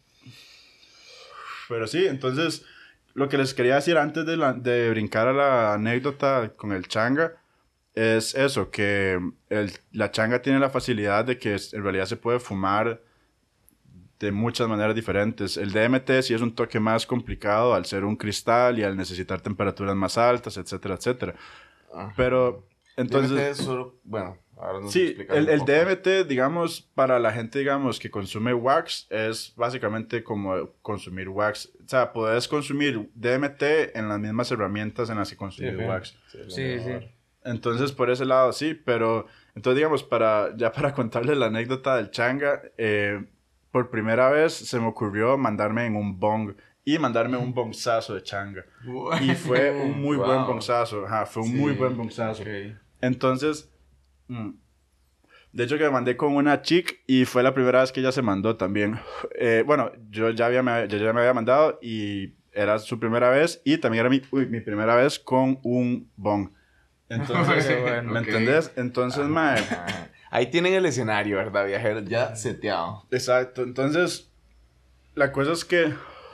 Speaker 3: Pero sí, entonces, lo que les quería decir antes de, la, de brincar a la anécdota con el changa, es eso, que el, la changa tiene la facilidad de que en realidad se puede fumar de muchas maneras diferentes. El D M T sí es un toque más complicado al ser un cristal y al necesitar temperaturas más altas, etcétera, etcétera.
Speaker 1: Ajá.
Speaker 3: Pero, entonces...
Speaker 1: D M T es solo, bueno, ahora nos
Speaker 3: Sí,
Speaker 1: explicará
Speaker 3: el,
Speaker 1: un
Speaker 3: el
Speaker 1: poco.
Speaker 3: D M T, digamos, para la gente, digamos, que consume wax, es básicamente como consumir wax. O sea, puedes consumir D M T en las mismas herramientas en las que
Speaker 1: Sí,
Speaker 3: consumir
Speaker 1: bien.
Speaker 3: wax.
Speaker 4: Sí, sí.
Speaker 3: Entonces, por ese lado, sí, pero... Entonces, digamos, para, ya para contarles la anécdota del changa, eh, por primera vez se me ocurrió mandarme en un bong y mandarme un bonzazo de changa. Y fue un muy
Speaker 1: Wow.
Speaker 3: buen bonzazo, ajá, fue un
Speaker 1: Sí,
Speaker 3: muy buen bonzazo.
Speaker 1: ok.
Speaker 3: Entonces, mm, de hecho que me mandé con una chick y fue la primera vez que ella se mandó también. Eh, bueno, yo ya, había, me- yo ya me había mandado y era su primera vez y también era mi, uy, mi primera vez con un bong. Entonces,
Speaker 4: Qué bueno.
Speaker 3: ¿me
Speaker 1: Ok.
Speaker 3: entendés? Entonces, mae,
Speaker 1: Ajá. Ahí tienen el escenario, ¿verdad, viajero? Ya seteado.
Speaker 3: exacto. Entonces, la cosa es que,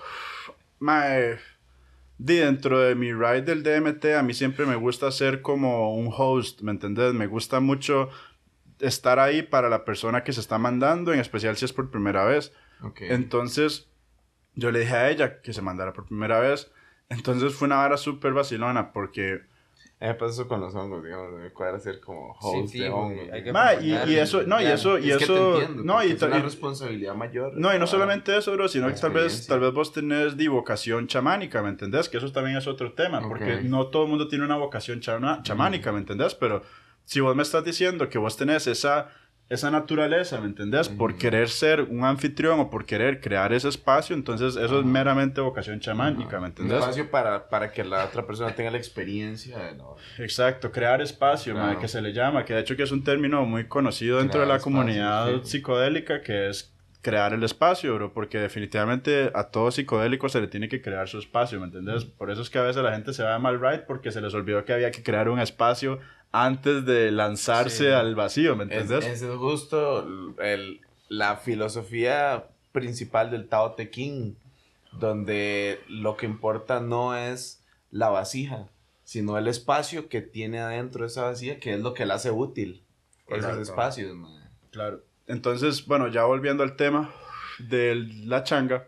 Speaker 3: mae, di, dentro de mi ride del D M T, a mí siempre me gusta ser como un host, ¿me entendés? Me gusta mucho estar ahí para la persona que se está mandando, en especial si es por primera vez.
Speaker 1: Ok.
Speaker 3: Entonces, yo le dije a ella que se mandara por primera vez. Entonces, fue una vara súper vacilona porque...
Speaker 1: A mí me pasa eso con los hongos, digamos. Me cuadra ser como host
Speaker 4: Sí,
Speaker 1: de
Speaker 4: fijo,
Speaker 1: hongos.
Speaker 4: hay que
Speaker 3: Ma, y,
Speaker 4: acompañar,
Speaker 3: y eso, no, y
Speaker 4: ya.
Speaker 3: eso, y
Speaker 1: es que
Speaker 3: eso,
Speaker 1: te entiendo,
Speaker 3: no,
Speaker 1: porque
Speaker 3: y,
Speaker 1: es
Speaker 3: ta-
Speaker 1: una
Speaker 3: y-
Speaker 1: responsabilidad mayor.
Speaker 3: no, y no
Speaker 1: Ah,
Speaker 3: solamente eso, bro, sino
Speaker 1: la
Speaker 3: que tal vez,
Speaker 1: experiencia.
Speaker 3: tal vez vos tenés di, vocación chamánica, ¿me entendés? Que eso también es otro tema, porque
Speaker 1: Ok.
Speaker 3: no todo el mundo tiene una vocación chama- chamánica, ¿me entendés? Pero si vos me estás diciendo que vos tenés esa, esa naturaleza, ¿me entendés? Por
Speaker 1: Ujú.
Speaker 3: querer ser un anfitrión o por querer crear ese espacio, entonces eso es
Speaker 1: Ajá.
Speaker 3: meramente vocación chamánica, ¿me
Speaker 1: Un
Speaker 3: entendés?
Speaker 1: espacio para, para que la otra persona tenga la experiencia de no,
Speaker 3: Exacto, crear espacio,
Speaker 1: Claro.
Speaker 3: mae, que se le llama, que de hecho que es un término muy conocido dentro
Speaker 1: Crear
Speaker 3: de la
Speaker 1: espacio,
Speaker 3: comunidad
Speaker 1: sí.
Speaker 3: psicodélica, que es crear el espacio, bro, porque definitivamente a todo psicodélico se le tiene que crear su espacio, ¿me entendés? Por eso es que a veces la gente se va mal right, porque se les olvidó que había que crear un espacio antes de lanzarse
Speaker 4: Sí.
Speaker 3: al vacío, ¿me
Speaker 1: Es,
Speaker 3: entendés?
Speaker 1: ese es justo el, la filosofía principal del Tao Te Ching, donde lo que importa no es la vasija, sino el espacio que tiene adentro esa vasija, que es lo que la hace útil.
Speaker 4: Correcto.
Speaker 1: Esos espacios, man.
Speaker 3: Claro. Entonces, bueno, ya volviendo al tema de la changa,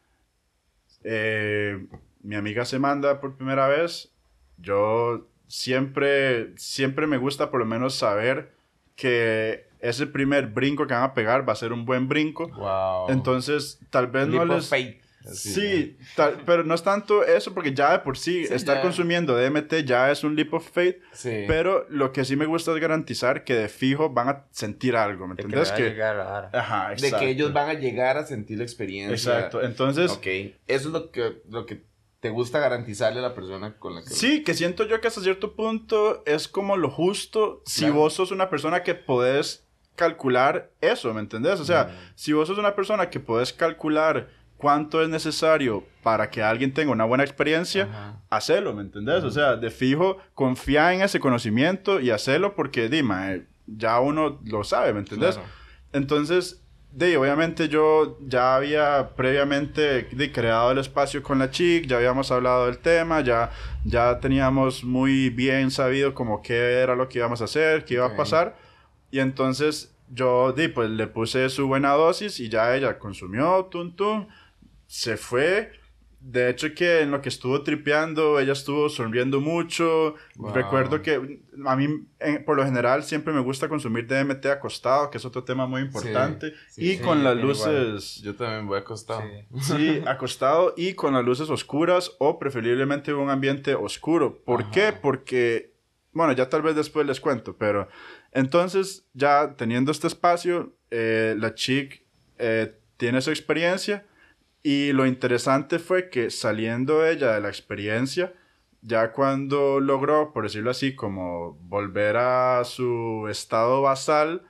Speaker 3: eh, mi amiga se manda por primera vez. Yo siempre, siempre me gusta por lo menos saber que ese primer brinco que van a pegar va a ser un buen brinco.
Speaker 1: Wow.
Speaker 3: Entonces, tal vez
Speaker 1: Leap
Speaker 3: no
Speaker 1: of
Speaker 3: les...
Speaker 1: faith. Así,
Speaker 3: Sí, tal- pero no es tanto eso, porque ya de por sí,
Speaker 1: Sí,
Speaker 3: estar
Speaker 1: ya.
Speaker 3: consumiendo D M T ya es un leap of faith.
Speaker 1: ¿no? Sí.
Speaker 3: Pero lo que sí me gusta es garantizar que de fijo van a sentir algo, ¿me
Speaker 4: De que le
Speaker 3: entiendes?
Speaker 4: va a
Speaker 3: Que,
Speaker 4: llegar a dar.
Speaker 3: Ajá,
Speaker 1: de
Speaker 3: exacto.
Speaker 1: que ellos van a llegar a sentir la experiencia.
Speaker 3: Exacto, entonces,
Speaker 1: Ok. Eso es lo que, lo que te gusta garantizarle a la persona con la que...
Speaker 3: sí, que siento yo que hasta cierto punto es como lo justo si
Speaker 1: Claro.
Speaker 3: vos sos una persona que podés calcular eso, ¿me entendés? O sea,
Speaker 1: Mm.
Speaker 3: si vos sos una persona que podés calcular cuánto es necesario para que alguien tenga una buena experiencia,
Speaker 1: Ajá.
Speaker 3: hacelo, ¿me entendés? O sea, de fijo, confía en ese conocimiento y hacelo porque, dime, eh, ya uno lo sabe, ¿me entendés?
Speaker 1: Claro.
Speaker 3: Entonces, de, obviamente yo ya había previamente de, creado el espacio con la chick, ya habíamos hablado del tema, ya, ya teníamos muy bien sabido como qué era lo que íbamos a hacer, qué iba
Speaker 1: Ok.
Speaker 3: a pasar. Y entonces yo di, pues le puse su buena dosis y ya ella consumió, tum, tum, se fue. De hecho que en lo que estuvo tripeando, ella estuvo sonriendo mucho.
Speaker 1: Wow.
Speaker 3: Recuerdo que a mí, en- por lo general, siempre me gusta consumir D M T acostado, que es otro tema muy importante.
Speaker 1: sí,
Speaker 3: y
Speaker 4: sí,
Speaker 3: con las
Speaker 4: bien igual.
Speaker 3: luces...
Speaker 1: Yo también voy acostado.
Speaker 4: Sí.
Speaker 3: Sí, acostado y con las luces oscuras o preferiblemente un ambiente oscuro. ¿Por
Speaker 1: Ajá.
Speaker 3: qué? Porque, bueno, ya tal vez después les cuento, pero entonces ya teniendo este espacio, eh, la chick eh, tiene su experiencia Y lo interesante fue que saliendo ella de la experiencia, ya cuando logró, por decirlo así, como volver a su estado basal,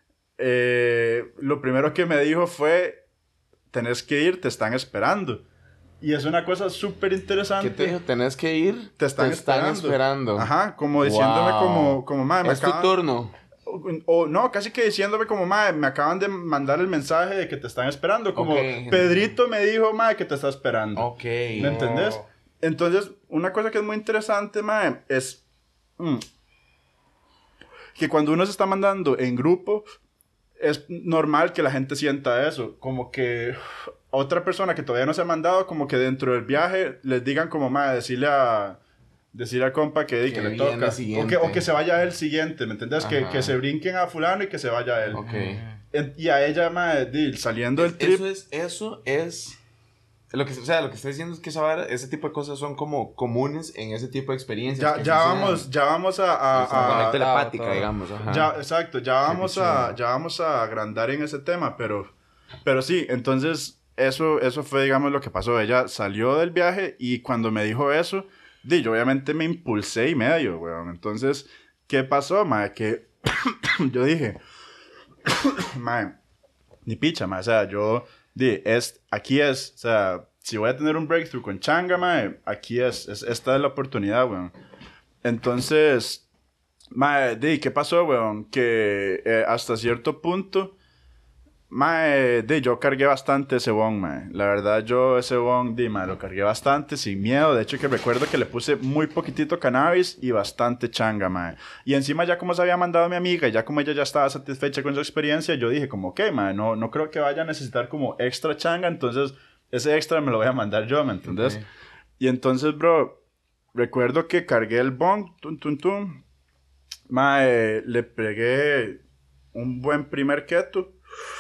Speaker 3: eh, lo primero que me dijo fue, tenés que ir, te están esperando. Y es una cosa súper interesante.
Speaker 1: ¿Qué te dijo? ¿Tenés que ir?
Speaker 3: Te están,
Speaker 1: te están
Speaker 3: esperando.
Speaker 1: esperando.
Speaker 3: Ajá, como diciéndome
Speaker 1: Wow.
Speaker 3: como, como madre, me
Speaker 1: Es tu
Speaker 3: acaban...
Speaker 1: turno.
Speaker 3: O, o no, casi que diciéndome como, madre, me acaban de mandar el mensaje de que te están esperando. Como,
Speaker 1: Ok.
Speaker 3: Pedrito me dijo, madre, que te está esperando.
Speaker 1: Ok.
Speaker 3: ¿Me entendés? Entonces, una cosa que es muy interesante, madre, es mm, que cuando uno se está mandando en grupo, es normal que la gente sienta eso. Como que otra persona que todavía no se ha mandado, como que dentro del viaje les digan como, madre, decirle a... Decirle al compa que, que,
Speaker 1: Que
Speaker 3: le
Speaker 1: viene
Speaker 3: toca. O
Speaker 1: siguiente.
Speaker 3: que, o que se vaya el siguiente, ¿me entendés? Que,
Speaker 1: Ajá.
Speaker 3: que se brinquen a fulano y que se vaya él.
Speaker 1: Ok.
Speaker 3: En- y a ella, madre, di, saliendo del trip...
Speaker 1: Eso es, eso es, lo que, o sea, lo que estoy diciendo es que esa vara, ese tipo de cosas son como comunes en ese tipo de experiencias.
Speaker 3: Ya,
Speaker 1: que
Speaker 3: ya
Speaker 1: así
Speaker 3: vamos,
Speaker 1: sean.
Speaker 3: ya vamos a... a-
Speaker 1: Es una
Speaker 3: a-
Speaker 1: vaina telepática,
Speaker 2: todo.
Speaker 1: digamos. Ajá.
Speaker 3: ya, exacto, ya vamos, a,
Speaker 1: pichudo.
Speaker 3: ya vamos a agrandar en ese tema, pero, pero sí, entonces eso, eso fue, digamos, lo que pasó. Ella salió del viaje y cuando me dijo eso, di, yo obviamente me impulsé y medio, weón. Entonces, ¿qué pasó, mae? Que yo dije, mae, ni picha, mae, o sea, yo, di, es, aquí es, o sea, si voy a tener un breakthrough con Changa, mae, aquí es, es esta es la oportunidad, weón. Entonces, mae, di, ¿qué pasó, weón? Que eh, hasta cierto punto, mae, di, yo cargué bastante ese bong, mae. La verdad, yo ese bong, di, mae, lo cargué bastante, sin miedo. De hecho, que recuerdo que le puse muy poquitito cannabis y bastante changa, mae. Y encima, ya como se había mandado mi amiga, y ya como ella ya estaba satisfecha con su experiencia, yo dije como, ok, mae, no, no creo que vaya a necesitar como extra changa, entonces ese extra me lo voy a mandar yo, ¿me entendés?
Speaker 1: Ok.
Speaker 3: Y entonces, bro, recuerdo que cargué el bong, tum, tum, tum. Mae, le pegué un buen primer keto.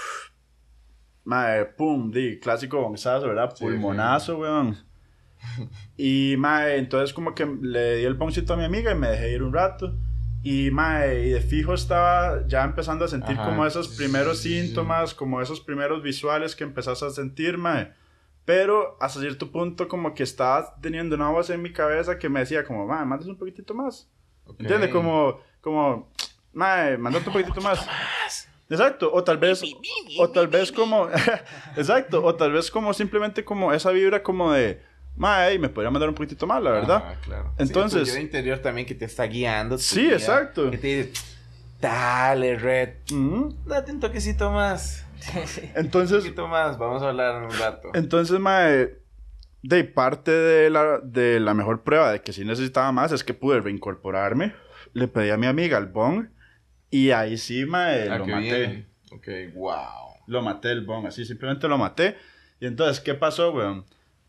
Speaker 3: Mae, pum, di, clásico bonzazo, ¿verdad?
Speaker 1: Sí,
Speaker 3: Pulmonazo, weón. Y, mae, entonces como que le di el boncito a mi amiga y me dejé ir un rato. Y, mae, y de fijo estaba ya empezando a sentir
Speaker 1: Ajá.
Speaker 3: como esos primeros
Speaker 1: Sí, sí, sí.
Speaker 3: síntomas, como esos primeros visuales que empezás a sentir, mae. Pero hasta cierto punto como que estaba teniendo una voz en mi cabeza que me decía como, mae, mandas un poquitito más.
Speaker 1: Ok.
Speaker 3: ¿Entiendes? Como, como, mae, mandate un poquitito más. Exacto, o tal vez, o tal vez como, exacto, o tal vez como simplemente como esa vibra como de, mae, me podría mandar un poquitito más, la verdad.
Speaker 1: Ajá, claro.
Speaker 3: Entonces-
Speaker 1: Sí, tu yo interior también que te está guiando. tu
Speaker 3: Sí,
Speaker 1: guía,
Speaker 3: exacto.
Speaker 1: Que te dice, dale, Red,
Speaker 3: Ujú.
Speaker 1: date un toquecito más. Un
Speaker 3: Entonces,
Speaker 1: poquito más, vamos a hablar en un rato.
Speaker 3: entonces, mae, de parte de la, de la mejor prueba de que sí necesitaba más es que pude reincorporarme. Le pedí a mi amiga el bong y ahí sí, mae,
Speaker 1: Ah,
Speaker 3: lo
Speaker 1: qué
Speaker 3: maté.
Speaker 1: bien. Ok, wow.
Speaker 3: Lo maté el bong, así simplemente lo maté. Y entonces, ¿qué pasó, weón?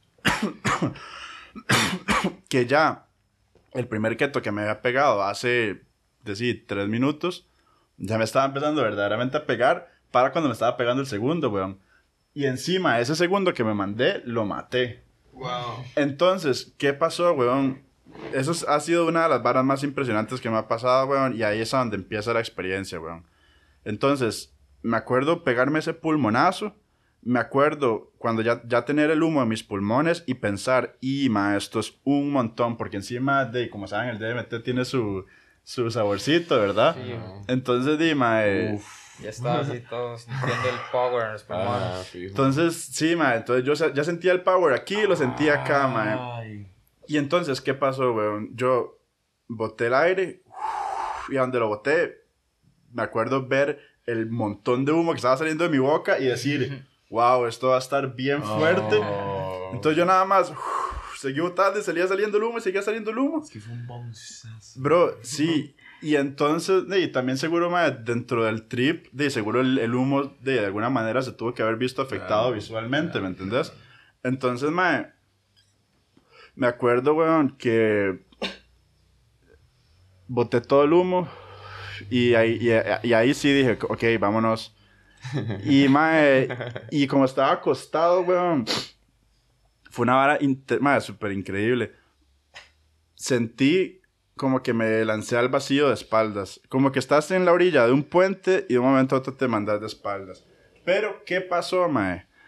Speaker 3: Que ya el primer keto que me había pegado hace, decir, tres minutos, ya me estaba empezando verdaderamente a pegar para cuando me estaba pegando el segundo, weón. Y encima, ese segundo que me mandé, lo maté.
Speaker 1: Wow.
Speaker 3: Entonces, ¿qué pasó, weón? Eso es- ha sido una de las varas más impresionantes que me ha pasado, weón. Y ahí es a donde empieza la experiencia, weón. Entonces, me acuerdo pegarme ese pulmonazo. Me acuerdo cuando ya, ya tener el humo en mis pulmones y pensar, y ma, esto es un montón. Porque encima, de, como saben, el D M T tiene su, su saborcito, ¿verdad?
Speaker 2: Sí,
Speaker 3: Entonces, di, ma, eh,
Speaker 2: ya estaba así todo sintiendo el power en los pulmones.
Speaker 1: Ah, fijo.
Speaker 3: entonces, sí, ma, entonces yo se- ya sentía el power aquí y lo sentía acá, ma.
Speaker 1: Ay.
Speaker 3: Y entonces, ¿qué pasó, weón? Yo boté el aire uf, y a donde lo boté, me acuerdo ver el montón de humo que estaba saliendo de mi boca y decir, wow, esto va a estar bien fuerte.
Speaker 1: Oh.
Speaker 3: Entonces yo nada más uf, seguí botando y salía saliendo el humo y seguía saliendo el humo.
Speaker 1: Es que fue un bonzazo.
Speaker 3: Bro, sí. Y entonces, de, y también seguro, ma, dentro del trip, de, seguro el, el humo de, de alguna manera se tuvo que haber visto afectado
Speaker 1: Claro,
Speaker 3: visualmente,
Speaker 1: claro,
Speaker 3: ¿me entendés? Entonces, ma, me acuerdo, weón, que boté todo el humo y ahí, y, y ahí sí dije, ok, vámonos. Y, ma, y como estaba acostado, weón, fue una vara inter- ma, súper increíble. Sentí como que me lancé al vacío de espaldas. Como que estás en la orilla de un puente y de un momento a otro te mandas de espaldas. Pero, ¿qué pasó, mae?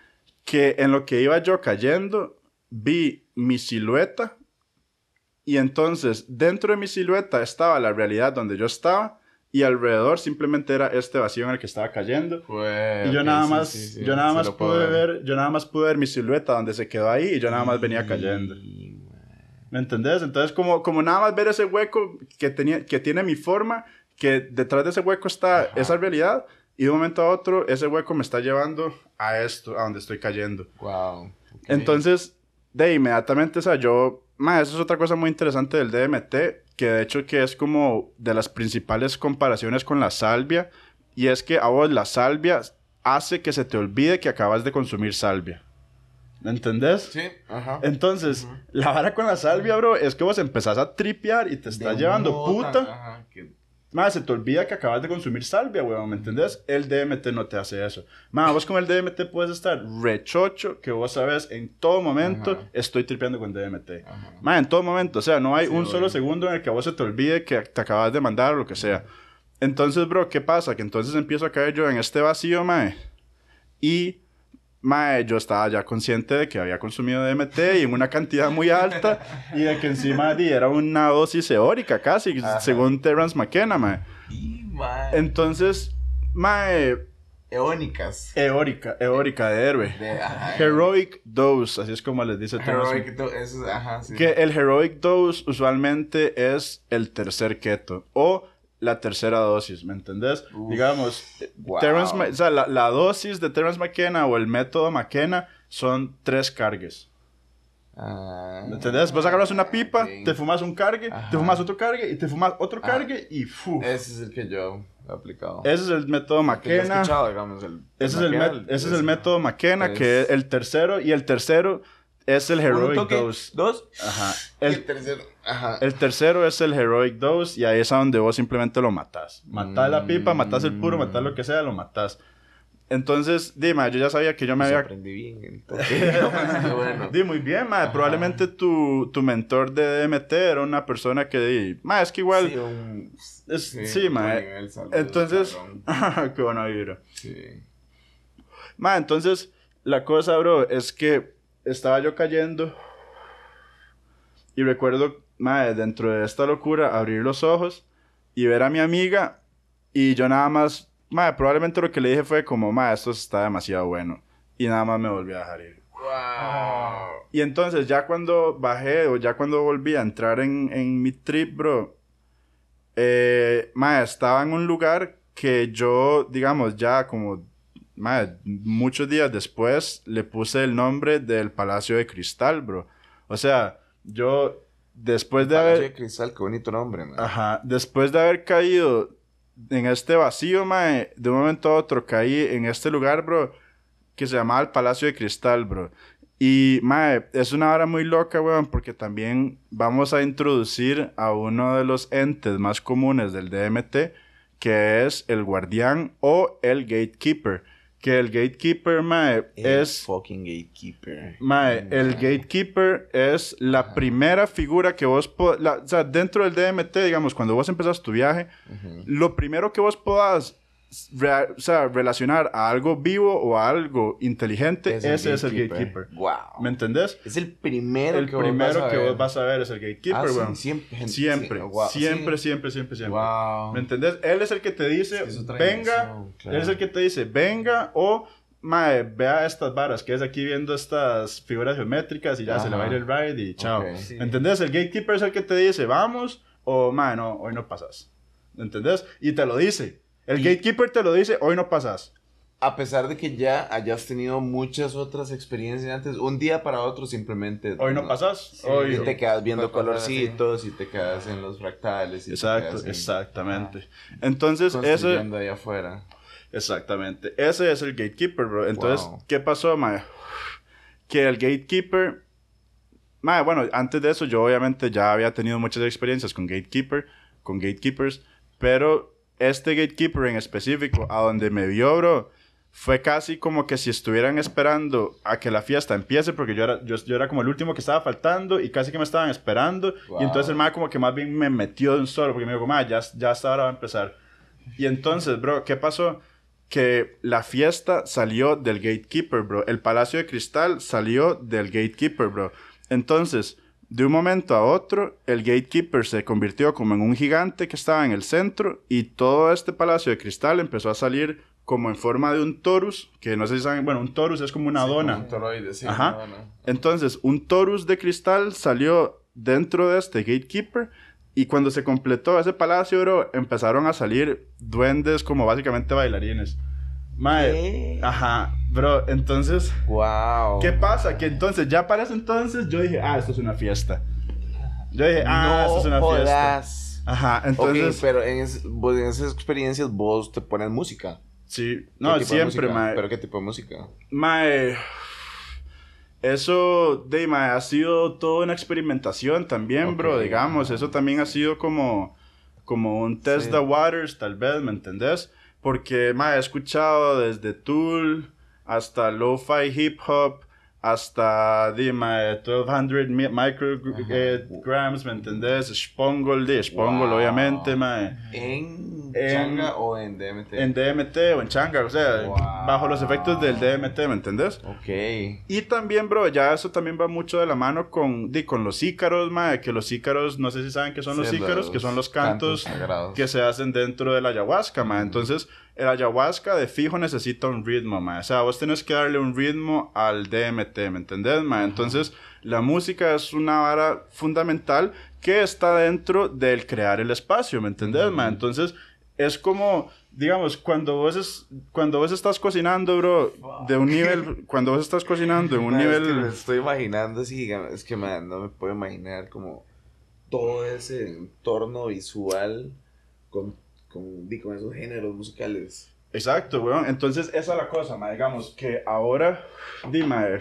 Speaker 3: que en lo que iba yo cayendo, vi mi silueta. Y entonces, dentro de mi silueta estaba la realidad donde yo estaba. Y alrededor simplemente era este vacío en el que estaba cayendo.
Speaker 1: Pues,
Speaker 3: y yo
Speaker 1: okay,
Speaker 3: nada
Speaker 1: sí,
Speaker 3: más,
Speaker 1: sí, sí,
Speaker 3: yo nada
Speaker 1: se
Speaker 3: más
Speaker 1: lo puedo
Speaker 3: pude ver, yo nada más pude ver mi silueta donde se quedó ahí y yo nada más venía cayendo. ¿Me entendés? Entonces, como, como nada más ver ese hueco que, tenía, que tiene mi forma, que detrás de ese hueco está
Speaker 1: Ajá.
Speaker 3: esa realidad, y de un momento a otro, ese hueco me está llevando a esto, a donde estoy cayendo.
Speaker 1: Wow. Okay.
Speaker 3: Entonces, de inmediatamente, o sea, yo... Ma, eso es otra cosa muy interesante del D M T, que de hecho que es como de las principales comparaciones con la salvia, y es que a vos la salvia hace que se te olvide que acabas de consumir salvia. ¿Me entendés?
Speaker 1: Sí, ajá.
Speaker 3: Entonces,
Speaker 1: Ujú.
Speaker 3: la vara con la salvia, bro, es que vos empezás a tripear y te estás
Speaker 1: De
Speaker 3: llevando
Speaker 1: un modo
Speaker 3: puta.
Speaker 1: tan- ajá, que-
Speaker 3: Ma, se te olvida que acabas de consumir salvia, weón, ¿me entendés? El D M T no te hace eso. Ma, vos con el D M T puedes estar rechocho, que vos sabes en todo momento,
Speaker 1: Ajá.
Speaker 3: estoy tripeando con D M T.
Speaker 1: Ajá.
Speaker 3: Ma, en todo momento, o sea, no hay
Speaker 1: Sí,
Speaker 3: un
Speaker 1: obvio.
Speaker 3: solo segundo en el que a vos se te olvide que te acabas de mandar o lo que sea. Entonces, bro, ¿qué pasa? Que entonces empiezo a caer yo en este vacío, mae. Y, mae, yo estaba ya consciente de que había consumido D M T y en una cantidad muy alta y de que encima di, era una dosis eórica casi,
Speaker 1: Ajá.
Speaker 3: según Terence McKenna, mae.
Speaker 1: Y, mae,
Speaker 3: Entonces, mae,
Speaker 1: eónicas.
Speaker 3: eórica, eórica de héroe.
Speaker 1: De, ajá,
Speaker 3: Heroic dose, así es como les dice Terence
Speaker 1: Heroic, to- eso es- ajá, sí.
Speaker 3: Que el heroic dose usualmente es el tercer keto o la tercera dosis, ¿me entendés?
Speaker 1: Uf,
Speaker 3: Digamos,
Speaker 1: wow.
Speaker 3: Terence Ma- o sea, la, la dosis de Terence McKenna o el método McKenna son tres cargues.
Speaker 1: Ah,
Speaker 3: ¿Me entendés? Vos agarras una pipa,
Speaker 1: ok.
Speaker 3: te fumas un cargue,
Speaker 1: Ajá.
Speaker 3: te fumas otro cargue y te fumas otro
Speaker 1: Ah.
Speaker 3: cargue y ¡fu!
Speaker 1: Ese es el que yo he aplicado.
Speaker 3: Ese es el método
Speaker 1: Que yo he
Speaker 3: McKenna.
Speaker 1: escuchado, digamos, el,
Speaker 3: Ese es el,
Speaker 1: McKenna,
Speaker 3: met- ese es el método McKenna,
Speaker 1: es-
Speaker 3: que es el tercero, y el tercero es el
Speaker 1: Un
Speaker 3: heroic
Speaker 1: toque,
Speaker 3: dose.
Speaker 1: Dos.
Speaker 3: Ajá.
Speaker 1: El,
Speaker 3: El,
Speaker 1: tercero. Ajá.
Speaker 3: el tercero es el heroic dose, y ahí es a donde vos simplemente lo matás. Matás la pipa, matás el puro, matás lo que sea, lo matás. Entonces, dime, yo ya sabía que yo me
Speaker 1: Pues
Speaker 3: había...
Speaker 1: aprendí bien el toque. Qué bueno.
Speaker 3: Di, muy bien, ma.
Speaker 1: Ajá.
Speaker 3: Probablemente tu, tu mentor de D M T era una persona que di, ma, es que igual...
Speaker 1: Sí, un-
Speaker 3: es,
Speaker 1: sí,
Speaker 3: sí,
Speaker 1: un
Speaker 3: ma.
Speaker 1: buen
Speaker 3: eh,
Speaker 1: nivel, saludos,
Speaker 3: Entonces...
Speaker 1: cabrón.
Speaker 3: Qué buena vibra.
Speaker 1: Sí.
Speaker 3: Ma, entonces, la cosa, bro, es que estaba yo cayendo y recuerdo, ma, dentro de esta locura, abrir los ojos y ver a mi amiga y yo nada más, ma, probablemente lo que le dije fue como, ma, esto está demasiado bueno, y nada más me volví a dejar ir.
Speaker 1: Wow.
Speaker 3: Y entonces ya cuando bajé o ya cuando volví a entrar en, en mi trip, bro, eh, ma, estaba en un lugar que yo, digamos, ya como, ma, muchos días después le puse el nombre del Palacio de Cristal, bro. O sea, yo después de
Speaker 1: Palacio
Speaker 3: haber...
Speaker 1: de Cristal, qué bonito nombre, man.
Speaker 3: Ajá, después de haber caído en este vacío, mae, de un momento a otro caí en este lugar, bro, que se llamaba el Palacio de Cristal, bro. Y, mae, es una hora muy loca, weón, porque también vamos a introducir a uno de los entes más comunes del D M T, que es el guardián o el gatekeeper. Que el gatekeeper, mae,
Speaker 1: El
Speaker 3: es...
Speaker 1: fucking gatekeeper.
Speaker 3: Mae, el gatekeeper es la
Speaker 1: Ajá.
Speaker 3: primera figura que vos... po- la- o sea, dentro del D M T, digamos, cuando vos empezás tu viaje,
Speaker 1: Ujú.
Speaker 3: lo primero que vos podás rea- o sea, relacionar a algo vivo o a algo inteligente, ese es el gatekeeper.
Speaker 1: Wow.
Speaker 3: ¿Me entendés?
Speaker 1: Es el primero
Speaker 3: El
Speaker 1: que vos
Speaker 3: primero
Speaker 1: vas a
Speaker 3: que
Speaker 1: ver.
Speaker 3: vos vas a ver es el gatekeeper,
Speaker 1: Ah, sí,
Speaker 3: weón.
Speaker 1: siempre.
Speaker 3: Siempre,
Speaker 1: sí, wow,
Speaker 3: siempre,
Speaker 1: sí.
Speaker 3: siempre, siempre, siempre.
Speaker 1: Wow.
Speaker 3: ¿Me entendés? Él es el que te dice,
Speaker 1: Es otra
Speaker 3: venga,
Speaker 1: dimensión, claro.
Speaker 3: él es el que te dice, venga, o, mae, vea estas varas, que es aquí viendo estas figuras geométricas y ya se le va a ir el ride y chao.
Speaker 1: Ok.
Speaker 4: Sí.
Speaker 3: ¿Me entendés? El gatekeeper es el que te dice, vamos, o, mae, no, hoy no pasas. ¿Me entendés? Y te lo dice. El
Speaker 1: Y-
Speaker 3: gatekeeper te lo dice, hoy no pasas.
Speaker 1: A pesar de que ya hayas tenido muchas otras experiencias antes, un día para otro simplemente...
Speaker 3: Hoy no pasas,
Speaker 4: Sí,
Speaker 3: hoy...
Speaker 1: Y te quedas viendo
Speaker 4: Puede pasar así.
Speaker 1: colorcitos y te quedas en los fractales. Y
Speaker 3: Exacto,
Speaker 1: te quedas en-
Speaker 3: exactamente. Entonces, ese...
Speaker 1: construyendo ahí afuera.
Speaker 3: Exactamente. Ese es el gatekeeper, bro. Entonces,
Speaker 1: Wow.
Speaker 3: ¿qué pasó, mae? Que el gatekeeper... Mae, bueno, antes de eso yo obviamente ya había tenido muchas experiencias con gatekeeper, con gatekeepers, pero este gatekeeper en específico, a donde me vio, bro, fue casi como que si estuvieran esperando a que la fiesta empiece, porque yo era, yo, yo era como el último que estaba faltando y casi que me estaban esperando.
Speaker 1: Wow.
Speaker 3: Y entonces el mae como que más bien me metió de un solo, porque me dijo, mae, ya, ya hasta ahora va a empezar. Y entonces, bro, ¿qué pasó? que la fiesta salió del Gatekeeper, bro. El Palacio de Cristal salió del Gatekeeper, bro. Entonces, de un momento a otro, el Gatekeeper se convirtió como en un gigante que estaba en el centro y todo este Palacio de Cristal empezó a salir como en forma de un torus, que no sé si saben, bueno, un torus es como una
Speaker 1: Sí,
Speaker 3: dona.
Speaker 1: como un toroide, sí,
Speaker 3: Ajá.
Speaker 1: una dona.
Speaker 3: Entonces, un torus de cristal salió dentro de este Gatekeeper y cuando se completó ese palacio, bro, empezaron a salir duendes como básicamente bailarines. Mae,
Speaker 1: ¿Qué?
Speaker 3: ajá, bro, entonces,
Speaker 1: Wow.
Speaker 3: ¿qué pasa? Que entonces, ya para ese entonces, yo dije, ah, esto es una fiesta. Yo dije, ah,
Speaker 1: No
Speaker 3: esto es una fiesta.
Speaker 1: jodas.
Speaker 3: Ajá, entonces,
Speaker 1: Ok, pero en, es- vos- en esas experiencias vos te pones música.
Speaker 3: sí,
Speaker 1: ¿Qué
Speaker 3: no,
Speaker 1: tipo de
Speaker 3: siempre,
Speaker 1: música?
Speaker 3: mae.
Speaker 1: ¿Pero qué tipo de música?
Speaker 3: Mae, eso, de, mae, ha sido toda una experimentación también, bro,
Speaker 1: Ok,
Speaker 3: digamos.
Speaker 1: ajá.
Speaker 3: Eso también ha sido como, como un test
Speaker 1: Sí.
Speaker 3: the waters, tal vez, ¿me entendés? Porque, mae, he escuchado desde Tool hasta lo-fi hip hop, hasta, de, mae, doce cien mi- micrograms, ¿me entendés? Spongol, de Spongol,
Speaker 1: Wow.
Speaker 3: obviamente, mae.
Speaker 1: ¿En
Speaker 3: En-
Speaker 1: Changa o en D M T?
Speaker 3: En D M T o en Changa, o sea,
Speaker 1: Wow.
Speaker 3: bajo los efectos del D M T, ¿me entendés?
Speaker 1: Ok.
Speaker 3: Y también, bro, ya eso también va mucho de la mano con, di, con los ícaros, mae, que los ícaros, no sé si saben qué son los
Speaker 1: Sí,
Speaker 3: ícaros, que son los cantos,
Speaker 1: sagrados.
Speaker 3: que se hacen dentro de la ayahuasca, mae. Entonces, el ayahuasca de fijo necesita un ritmo, mae. O sea, vos tenés que darle un ritmo al D M T, ¿me entendés, mae? Entonces, la música es una vara fundamental que está dentro del crear el espacio, ¿me entendés, mae? Entonces, es como, digamos, cuando vos, es, cuando vos estás cocinando, bro, de un nivel, cuando vos estás cocinando en un
Speaker 1: Ma,
Speaker 3: nivel...
Speaker 1: Es que me estoy imaginando así, digamos, es que man, no me puedo imaginar como todo ese entorno visual con, con, di, con esos géneros musicales.
Speaker 3: Exacto, weón. Entonces, esa es la cosa, ma. Digamos que ahora, dime,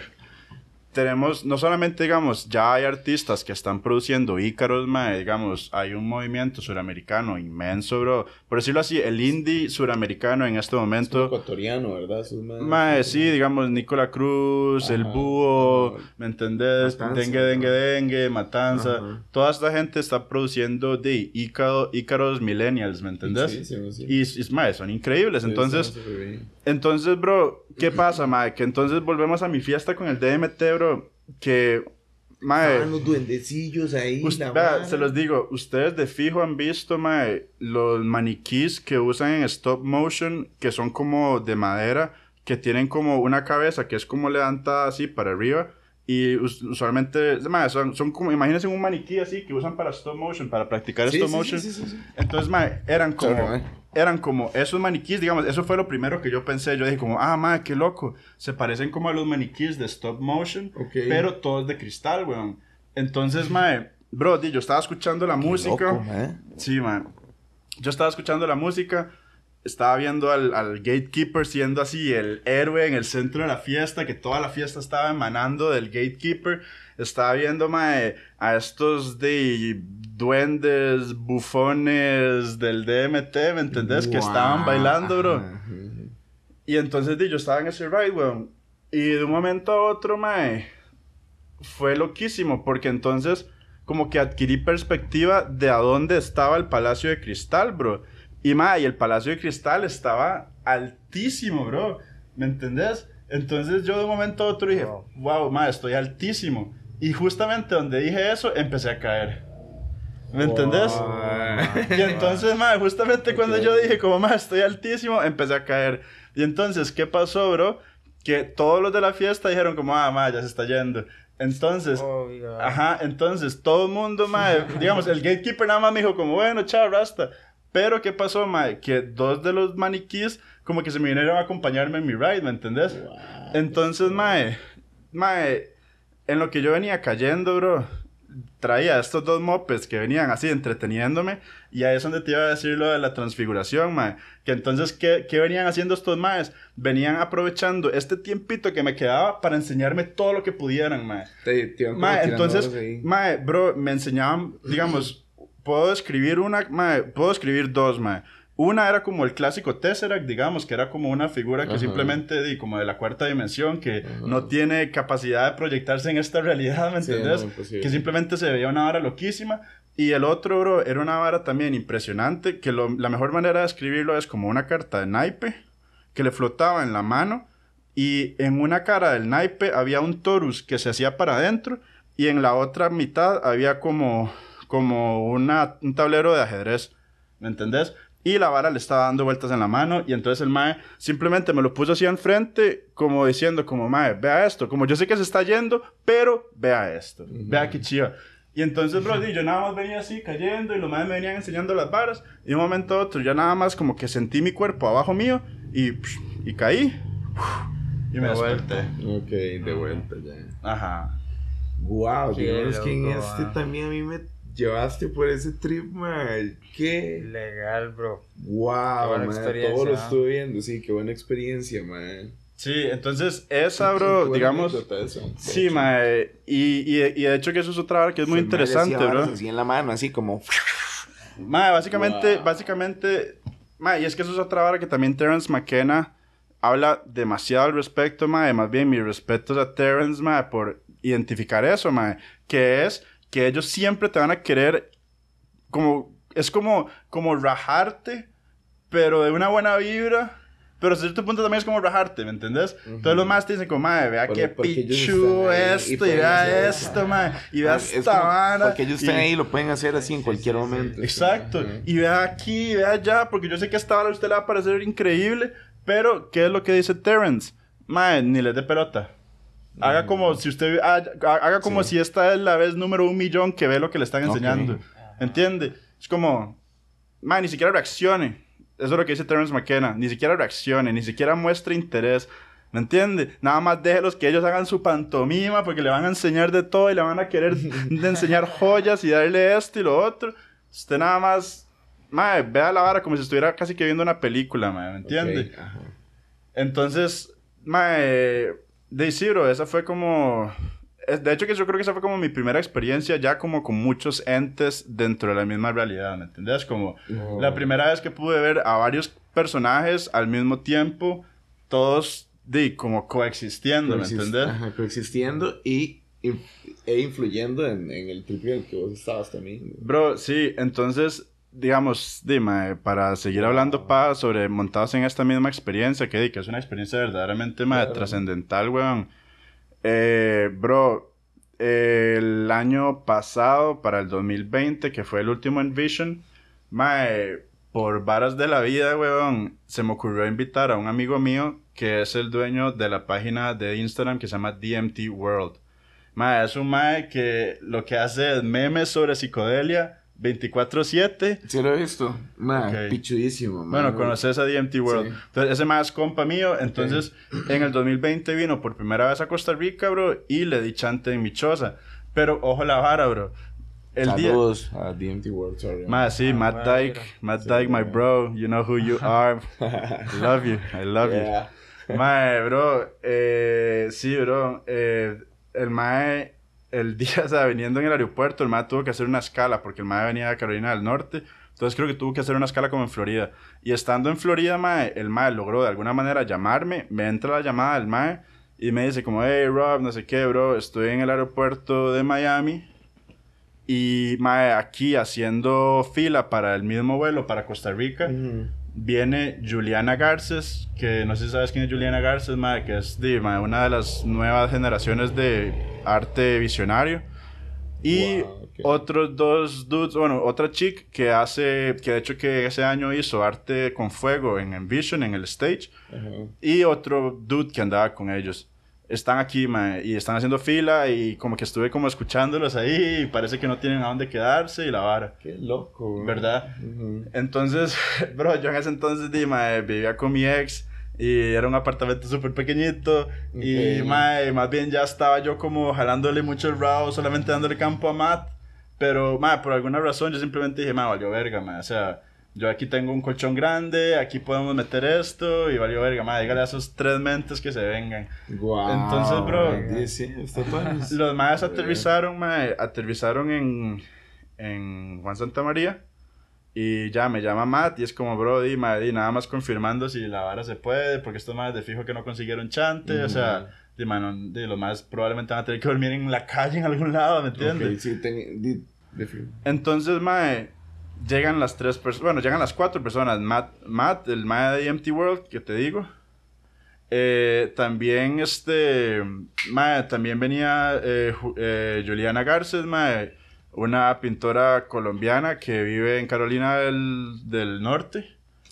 Speaker 3: tenemos, no solamente, digamos, ya hay artistas que están produciendo ícaros, ma, digamos, hay un movimiento suramericano inmenso, bro. Por decirlo así, el indie suramericano en este momento...
Speaker 1: ecuatoriano, ¿verdad? Esos manes-
Speaker 3: Mae, sí, digamos, Nicola Cruz, El
Speaker 1: Ajá,
Speaker 3: Búho,
Speaker 1: ajá.
Speaker 3: ¿me entendés?
Speaker 1: Matanza,
Speaker 3: Dengue, dengue,
Speaker 1: ¿no?
Speaker 3: dengue, Matanza.
Speaker 1: Ajá.
Speaker 3: Toda esta gente está produciendo de ícaro, ícaros millennials, ¿me entendés?
Speaker 1: Sí, sí, sí.
Speaker 3: Y, y mae, son increíbles.
Speaker 1: Sí,
Speaker 3: Entonces,
Speaker 1: está súper bien.
Speaker 3: entonces, bro, ¿qué pasa, mae? Que entonces volvemos a mi fiesta con el D M T, bro. Que, mae...
Speaker 1: Estaban los duendecillos ahí.
Speaker 3: Us-
Speaker 1: la
Speaker 3: vea,
Speaker 1: vara.
Speaker 3: se los digo, ustedes de fijo han visto, mae, los maniquís que usan en stop motion, que son como de madera, que tienen como una cabeza que es como levantada así para arriba, y us- usualmente, mae, son, son como, imagínense un maniquí así que usan para stop motion, para practicar
Speaker 1: Sí,
Speaker 3: stop
Speaker 1: sí,
Speaker 3: motion.
Speaker 1: sí, sí, sí, sí.
Speaker 3: Entonces, mae, eran como...
Speaker 1: Sorry, mae.
Speaker 3: Eran como esos maniquís, digamos, eso fue lo primero que yo pensé. Yo dije como, ah, mae, qué loco. Se parecen como a los maniquís de stop motion,
Speaker 1: Ok.
Speaker 3: pero todos de cristal, weón. Entonces, mae, bro, di, yo estaba escuchando la música.
Speaker 1: Loco, man.
Speaker 3: Sí, man. Yo estaba escuchando la música, estaba viendo al, al Gatekeeper siendo así el héroe en el centro de la fiesta, que toda la fiesta estaba emanando del Gatekeeper. Estaba viendo, mae, a estos de duendes, bufones del D M T, ¿me entendés? Que estaban
Speaker 1: Wow.
Speaker 3: bailando, bro.
Speaker 1: Ajá, ajá.
Speaker 3: Y entonces di, yo estaba en ese ride, weón. Y de un momento a otro, mae, fue loquísimo, porque entonces como que adquirí perspectiva de a dónde estaba el Palacio de Cristal, bro. Y mae, y el Palacio de Cristal estaba altísimo, bro. ¿Me entendés? Entonces yo de un momento a otro dije,
Speaker 4: Wow.
Speaker 3: wow, mae, estoy altísimo. Y justamente donde dije eso, empecé a caer. ¿Me entendés? Y entonces, mae, justamente cuando yo dije, como, mae, estoy altísimo, empecé a caer. Y entonces, ¿qué pasó, bro? Que todos los de la fiesta dijeron como, ah, mae, ya se está yendo. Entonces,
Speaker 4: Oh, my God.
Speaker 3: ajá, entonces, todo el mundo, mae, digamos, el gatekeeper nada más me dijo como, bueno, chao, rasta. Pero, ¿qué pasó, mae? Que dos de los maniquís como que se me vinieron a acompañarme en mi ride, ¿me entendés? Entonces, mae, mae, en lo que yo venía cayendo, bro, traía estos dos mopeds que venían así entreteniéndome, y ahí es donde te iba a decir lo de la transfiguración, mae. Que entonces, ¿qué, qué venían haciendo estos maes? Venían aprovechando este tiempito que me quedaba para enseñarme todo lo que pudieran, mae.
Speaker 1: Te- te iban como
Speaker 3: Mae,
Speaker 1: tirando
Speaker 3: entonces,
Speaker 1: horas ahí.
Speaker 3: mae, bro, me enseñaban, digamos, puedo escribir una, mae, puedo escribir dos, mae. Una era como el clásico Tesseract, digamos, que era como una figura que
Speaker 1: Ajá.
Speaker 3: simplemente, di, como de la cuarta dimensión, que
Speaker 1: Ajá.
Speaker 3: no tiene capacidad de proyectarse en esta realidad, ¿me
Speaker 1: Sí,
Speaker 3: entendés?
Speaker 1: no, imposible.
Speaker 3: Que simplemente se veía una vara loquísima. Y el otro, bro, era una vara también impresionante, que lo- la mejor manera de escribirlo es como una carta de naipe, que le flotaba en la mano y en una cara del naipe había un torus que se hacía para adentro y en la otra mitad había como, como una, un tablero de ajedrez, ¿me entendés? Y la vara le estaba dando vueltas en la mano y entonces el mae simplemente me lo puso así enfrente como diciendo como mae, vea esto, como yo sé que se está yendo, pero vea esto, uh-huh. vea qué chiva. Y entonces, bro, yo nada más venía así cayendo y los maes me venían enseñando las varas y de un momento a otro ya nada más como que sentí mi cuerpo abajo mío y, y caí y me desperté.
Speaker 1: Ok, de vuelta ya.
Speaker 3: Ajá.
Speaker 1: Wow, digamos que en
Speaker 4: loco,
Speaker 1: este
Speaker 4: man.
Speaker 1: también a mí me llevaste por ese trip, man. Qué
Speaker 4: Legal, bro.
Speaker 1: wow,
Speaker 4: buena
Speaker 1: man.
Speaker 4: experiencia,
Speaker 1: Todo lo
Speaker 4: ¿no?
Speaker 1: estuve viendo, sí, qué buena experiencia, man.
Speaker 3: Sí, entonces esa, bro,
Speaker 1: Qué buena
Speaker 3: digamos...
Speaker 1: anécdota esa, de
Speaker 3: Sí,
Speaker 1: hecho.
Speaker 3: mae, y, y, y de hecho que eso es otra vara que es muy
Speaker 1: El mae le hacía
Speaker 3: interesante, bro.
Speaker 1: varas así en la mano, así como...
Speaker 3: Mae, básicamente,
Speaker 1: Wow.
Speaker 3: básicamente, mae, y es que eso es otra vara que también Terence McKenna habla demasiado al respecto, mae. Más bien, mis respetos a Terence, mae, por identificar eso, mae. Que es que ellos siempre te van a querer, como, es como, como rajarte, pero de una buena vibra. Pero hasta cierto punto también es como rajarte, ¿me entendés?
Speaker 1: Uh-huh.
Speaker 3: Todos los más te dicen como, mae, vea
Speaker 1: Porque-
Speaker 3: qué
Speaker 1: porque ellos
Speaker 3: pichu
Speaker 1: están ahí y
Speaker 3: esto, y
Speaker 1: pueden
Speaker 3: vea
Speaker 1: hacer-
Speaker 3: esto, mae, y vea
Speaker 1: Ah, es
Speaker 3: esta
Speaker 1: como-
Speaker 3: vara.
Speaker 1: Porque ellos están
Speaker 3: y-
Speaker 1: ahí y lo pueden hacer así en cualquier momento.
Speaker 3: Exacto.
Speaker 1: Ajá.
Speaker 3: Y vea aquí, vea allá, porque yo sé que esta hora a usted le va a parecer increíble, pero ¿qué es lo que dice Terence? Mae, ni le dé pelota. Haga como si usted haga, haga como
Speaker 1: Sí.
Speaker 3: si esta es la vez número un millón que ve lo que le están
Speaker 1: Ok.
Speaker 3: enseñando. ¿Entiende? Es como, mae, ni siquiera reaccione. Eso es lo que dice Terence McKenna. Ni siquiera reaccione, ni siquiera muestre interés. ¿Me entiende? Nada más déjelos que ellos hagan su pantomima porque le van a enseñar de todo y le van a querer de enseñar joyas y darle esto y lo otro. Usted nada más, mae, vea la vara como si estuviera casi que viendo una película, mae, ¿me entiende?
Speaker 1: Ok, ajá.
Speaker 3: Entonces, mae, de sí, bro, esa fue como... es- De hecho, que yo creo que esa fue como mi primera experiencia ya como con muchos entes dentro de la misma realidad, ¿me entendés? Como
Speaker 1: Oh.
Speaker 3: la primera vez que pude ver a varios personajes al mismo tiempo, todos de, como coexistiendo, ¿me
Speaker 1: Coexist-
Speaker 3: entendés?
Speaker 1: Ajá, coexistiendo y, y- e influyendo en, en el trip en el que vos estabas también.
Speaker 3: Bro, sí, entonces, digamos, dime, para seguir hablando pa, sobre montados en esta misma experiencia, que, di, que es una experiencia verdaderamente mae,
Speaker 1: Claro.
Speaker 3: trascendental, weón. Eh, bro, eh, el año pasado, para el dos mil veinte, que fue el último Envision, mae, por varas de la vida, weón, se me ocurrió invitar a un amigo mío que es el dueño de la página de Instagram que se llama D M T World. Mae, es un mae que lo que hace es memes sobre psicodelia veinticuatro siete.
Speaker 1: Sí lo he visto. Ma,
Speaker 3: Ok.
Speaker 1: pichudísimo, ma.
Speaker 3: Bueno, conoces a D M T World.
Speaker 1: Sí.
Speaker 3: Entonces, ese mae es compa mío. Entonces, en el dos mil veinte vino por primera vez a Costa Rica, bro, y le di chante en mi choza. Pero, ojo la vara, bro. El día...
Speaker 1: Saludos a D M T World, sorry.
Speaker 3: Mae, sí,
Speaker 4: Ah,
Speaker 3: Matt
Speaker 4: bueno,
Speaker 3: Dyke.
Speaker 4: mira.
Speaker 3: Matt
Speaker 1: Sí,
Speaker 3: Dyke, my
Speaker 1: mae.
Speaker 3: bro. You know who you are. I love you. I love you.
Speaker 1: Yeah.
Speaker 3: Mae, bro, eh, sí, bro, eh, el mae, el día, o sea, viniendo en el aeropuerto, el mae tuvo que hacer una escala, porque el mae venía de Carolina del Norte, entonces creo que tuvo que hacer una escala como en Florida, y estando en Florida, mae, el mae logró de alguna manera llamarme, me entra la llamada del mae, y me dice como, hey, Rob, no sé qué, bro, estoy en el aeropuerto de Miami, y mae, aquí haciendo fila para el mismo vuelo para Costa Rica,
Speaker 1: Ujú.
Speaker 3: viene Juliana Garces, que no sé si sabes quién es Juliana Garces, mae, que es de, mae, una de las nuevas generaciones de arte visionario. Y
Speaker 1: Wow, ok.
Speaker 3: otros dos dudes, bueno, otra chick que hace, que de hecho que ese año hizo arte con fuego en Envision, en el stage.
Speaker 1: Ajá.
Speaker 3: Y otro dude que andaba con ellos. Están aquí, mae, y están haciendo fila y como que estuve como escuchándolos ahí y parece que no tienen a dónde quedarse y la vara.
Speaker 1: Qué loco, güey.
Speaker 3: ¿Verdad?
Speaker 1: Ujú.
Speaker 3: Entonces, bro, yo en ese entonces, di, mae, vivía con mi ex y era un apartamento súper pequeñito y,
Speaker 1: Ok.
Speaker 3: mae, más bien ya estaba yo como jalándole mucho el rabo, solamente dándole campo a Matt, pero, mae, por alguna razón yo simplemente dije, mae, valió verga, mae, o sea, yo aquí tengo un colchón grande, aquí podemos meter esto y valió verga, mae, dígale a esos tres mentes que se vengan.
Speaker 1: Guau,
Speaker 3: Entonces, bro,
Speaker 1: mae, sí, está padre.
Speaker 3: Los maes aterrizaron, mae, aterrizaron en, en Juan Santa María. Y ya me llama Matt y es como, bro, di, mae, di, nada más confirmando si la vara se puede, porque estos maes de fijo que no consiguieron chante, o sea, di, man, no, di, los maes probablemente van a tener que dormir en la calle en algún lado, ¿me entiendes?
Speaker 1: Ok, sí, ten- di- de fijo.
Speaker 3: Entonces, mae, llegan las tres personas, bueno, llegan las cuatro personas, Matt, Matt el mae de D M T World, que te digo, Eh, también, este, mae, también venía eh, Ju- eh, Juliana Garces, mae, una pintora colombiana que vive en Carolina del, del Norte.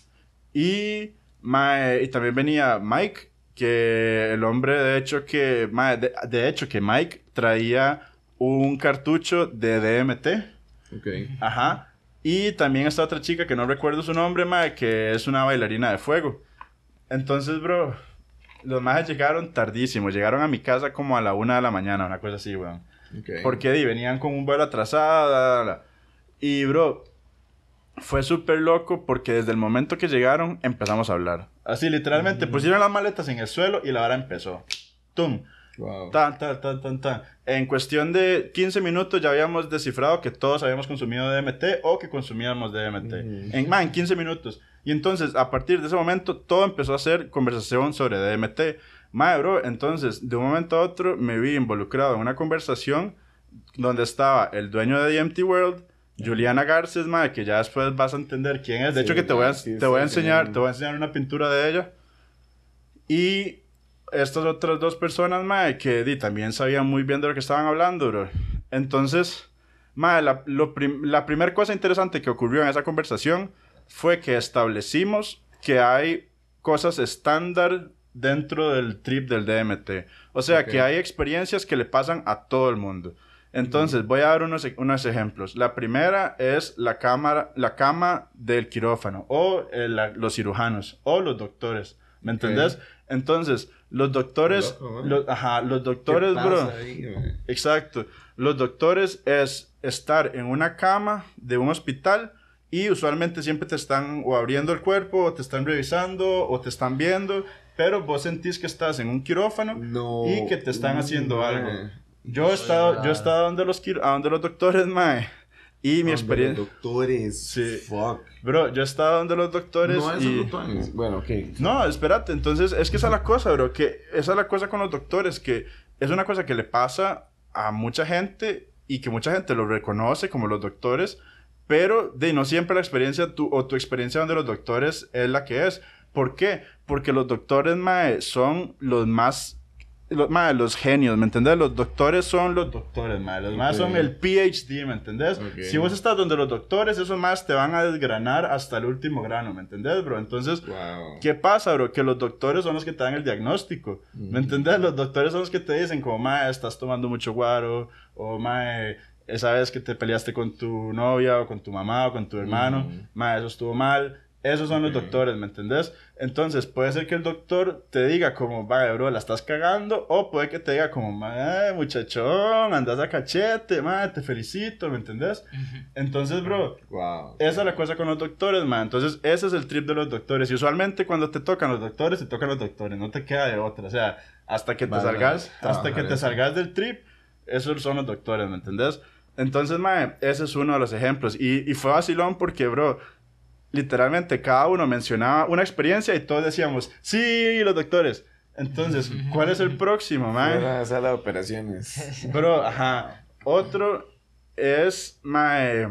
Speaker 3: Y, mae, y también venía Mike, que el hombre, de hecho, que, mae, de, de hecho, que Mike traía un cartucho de D M T.
Speaker 1: Ok.
Speaker 3: Ajá. Y también está otra chica que no recuerdo su nombre, mae, que es una bailarina de fuego. Entonces, bro, los majes llegaron tardísimo. Llegaron a mi casa como a la una de la mañana, una cosa así, weón.
Speaker 1: Okay.
Speaker 3: Porque di, venían con un vuelo atrasado. Da, da, da. Y, bro, fue súper loco porque desde el momento que llegaron empezamos a hablar. Así, literalmente, pusieron las maletas en el suelo y la hora empezó. ¡Tum!
Speaker 1: Wow.
Speaker 3: Tan, tan, tan, tan, tan. En cuestión de quince minutos ya habíamos descifrado que todos habíamos consumido D M T o que consumíamos D M T.
Speaker 1: Ujú.
Speaker 3: En, ma, en quince minutos. Y entonces, a partir de ese momento, todo empezó a ser conversación sobre D M T. Ma, bro, entonces, de un momento a otro, me vi involucrado en una conversación donde estaba el dueño de D M T World, Juliana Garces, ma, que ya después vas a entender quién es. De
Speaker 1: Sí,
Speaker 3: hecho, que te voy a,
Speaker 1: ma, sí,
Speaker 3: te voy a
Speaker 1: sí,
Speaker 3: enseñar,
Speaker 1: sí.
Speaker 3: te voy a enseñar una pintura de ella. Y estas otras dos personas, mae, que di, también sabían muy bien de lo que estaban hablando, bro. Entonces, mae, la, lo prim- la primera cosa interesante que ocurrió en esa conversación fue que establecimos que hay cosas estándar dentro del trip del D M T. O sea,
Speaker 1: Ok.
Speaker 3: que hay experiencias que le pasan a todo el mundo. Entonces, voy a dar unos, unos ejemplos. La primera es la, cámara, la cama del quirófano, o eh, la- los cirujanos, o los doctores. ¿Me entendés? Entonces, los doctores...
Speaker 1: Qué loco, ¿no?
Speaker 3: los, ajá, los
Speaker 1: ¿Qué
Speaker 3: doctores,
Speaker 1: pasa
Speaker 3: bro.
Speaker 1: ahí, güey?
Speaker 3: Exacto. Los doctores es estar en una cama de un hospital y usualmente siempre te están o abriendo el cuerpo, o te están revisando, o te están viendo, pero vos sentís que estás en un quirófano
Speaker 1: No.
Speaker 3: y que te están
Speaker 1: Uy,
Speaker 3: haciendo
Speaker 1: mae.
Speaker 3: algo. Yo he estado, yo he estado donde los, quir- a donde los doctores, mae, y mi
Speaker 1: Donde
Speaker 3: experiencia...
Speaker 1: los doctores.
Speaker 3: Sí.
Speaker 1: Fuck.
Speaker 3: Bro, yo he estado donde los doctores
Speaker 1: No, esos
Speaker 3: y...
Speaker 1: doctores. Bueno, ok.
Speaker 3: No, espérate, entonces es que esa es la cosa, bro, que esa es la cosa con los doctores, que es una cosa que le pasa a mucha gente y que mucha gente lo reconoce como los doctores, pero de no siempre la experiencia tu, o tu experiencia donde los doctores es la que es. ¿Por qué? Porque los doctores, mae, son los más... Los, mae, los genios, ¿me entendés? Los doctores son los doctores, mae. Los más
Speaker 1: Ok.
Speaker 3: son el P H D, ¿me entendés?
Speaker 1: Ok.
Speaker 3: Si vos estás donde los doctores, esos más te van a desgranar hasta el último grano, ¿me entendés, bro? Entonces...
Speaker 1: Wow.
Speaker 3: ¿Qué pasa, bro? Que los doctores son los que te dan el diagnóstico. ¿Me entendés? Los doctores son los que te dicen como, mae, estás tomando mucho guaro, o mae, esa vez que te peleaste con tu novia, o con tu mamá, o con tu hermano,
Speaker 1: Ujú.
Speaker 3: mae, eso estuvo mal. Esos son
Speaker 1: Ok.
Speaker 3: los doctores, ¿me entendés? Entonces, puede ser que el doctor te diga como, vaya, bro, la estás cagando, o puede que te diga como, mae, muchachón, andas a cachete, mae, te felicito, ¿me entendés? Entonces, bro,
Speaker 1: Wow.
Speaker 3: esa es la cosa con los doctores, man. Entonces, ese es el trip de los doctores. Y usualmente cuando te tocan los doctores, te tocan los doctores. No te queda de otra. O sea, hasta que te
Speaker 1: Vale,
Speaker 3: salgas,
Speaker 1: vale.
Speaker 3: hasta que
Speaker 1: Trabajar
Speaker 3: te
Speaker 1: eso.
Speaker 3: salgas del trip, esos son los doctores, ¿me entendés? Entonces, man, ese es uno de los ejemplos. Y, y fue vacilón porque, bro, literalmente cada uno mencionaba una experiencia y todos decíamos, sí, los doctores. Entonces, ¿cuál es el próximo, man?
Speaker 1: Fue la sala de operaciones.
Speaker 3: Bro, ajá. Otro es, mae,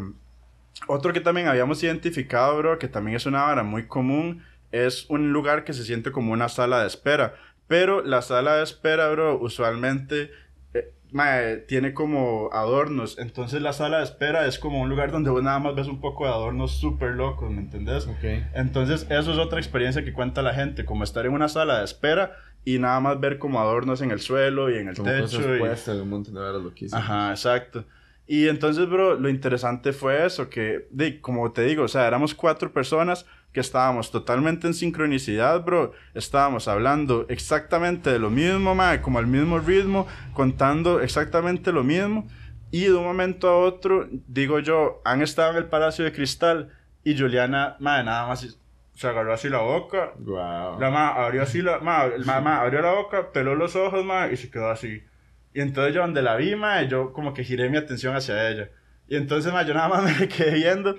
Speaker 3: otro que también habíamos identificado, bro, que también es una vara muy común, es un lugar que se siente como una sala de espera. Pero la sala de espera, bro, usualmente eh, mae, tiene como adornos. Entonces la sala de espera es como un lugar donde vos nada más ves un poco de adornos súper locos, ¿me entendés?
Speaker 1: Ok.
Speaker 3: Entonces eso es otra experiencia que cuenta la gente, como estar en una sala de espera y nada más ver como adornos en el suelo y en el
Speaker 1: Como
Speaker 3: techo.
Speaker 1: cosas
Speaker 3: y...
Speaker 1: puestas, un montón de varas loquísimas.
Speaker 3: Ajá, exacto. Y entonces, bro, lo interesante fue eso, que, de, como te digo, o sea, éramos cuatro personas que estábamos totalmente en sincronicidad, bro. Estábamos hablando exactamente de lo mismo, mae, como al mismo ritmo, contando exactamente lo mismo. Y de un momento a otro, digo yo, han estado en el Palacio de Cristal y Juliana, mae, nada más se agarró así la boca.
Speaker 1: Wow.
Speaker 3: La ma abrió así la, ma, el ma, ma abrió la boca, peló los ojos, ma, y se quedó así. Y entonces yo donde la vi, ma, yo como que giré mi atención hacia ella. Y entonces, ma, yo nada más me quedé viendo.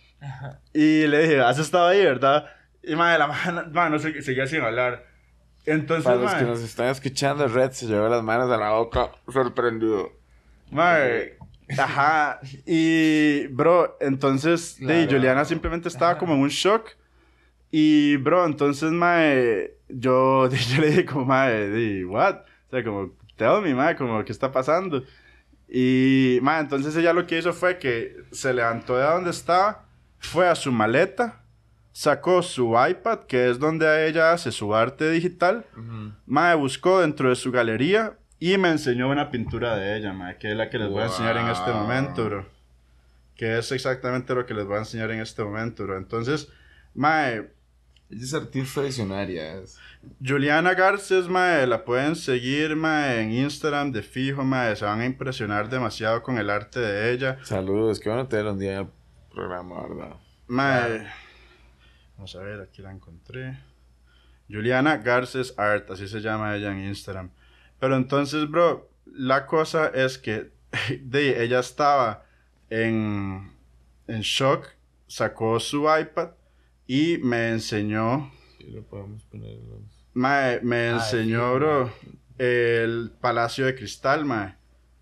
Speaker 3: Y le dije, ¿has estado ahí, verdad? Y, ma, la ma, ma no sé, seguía sin hablar. Entonces,
Speaker 1: Para los
Speaker 3: ma,
Speaker 1: que nos están escuchando, Red se llevó las manos a la boca, sorprendido.
Speaker 3: ma, ajá. Y, bro, entonces, de,
Speaker 2: Claro.
Speaker 3: Juliana simplemente estaba como en un shock. Y, bro, entonces, mae, yo, yo le dije como, mae, di, what? O sea, como, tell me, mae, como, ¿qué está pasando? Y, mae, entonces ella lo que hizo fue que se levantó de donde estaba, fue a su maleta, sacó su iPad, que es donde ella hace su arte digital,
Speaker 1: Ujú.
Speaker 3: mae, buscó dentro de su galería y me enseñó una pintura de ella, mae, que es la que les voy a enseñar en este
Speaker 1: Wow.
Speaker 3: momento, bro. Que es exactamente lo que les voy a enseñar en este momento, bro. Entonces, mae,
Speaker 1: Ella es artista visionaria. es-
Speaker 3: Juliana Garces, mae, la pueden seguir, mae, en Instagram de fijo, mae, se van a impresionar demasiado con el arte de ella.
Speaker 1: Saludos, que van a tener un día en el programa, ¿verdad?
Speaker 3: Mae, vamos a ver, aquí la encontré. Juliana Garces Art, así se llama ella en Instagram. Pero entonces, bro, la cosa es que de, ella estaba en, en shock, sacó su iPad y me enseñó,
Speaker 1: Sí, lo podemos poner. en los-
Speaker 3: mae, me
Speaker 2: Ah,
Speaker 3: enseñó,
Speaker 2: sí,
Speaker 3: bro, el Palacio de Cristal, mae.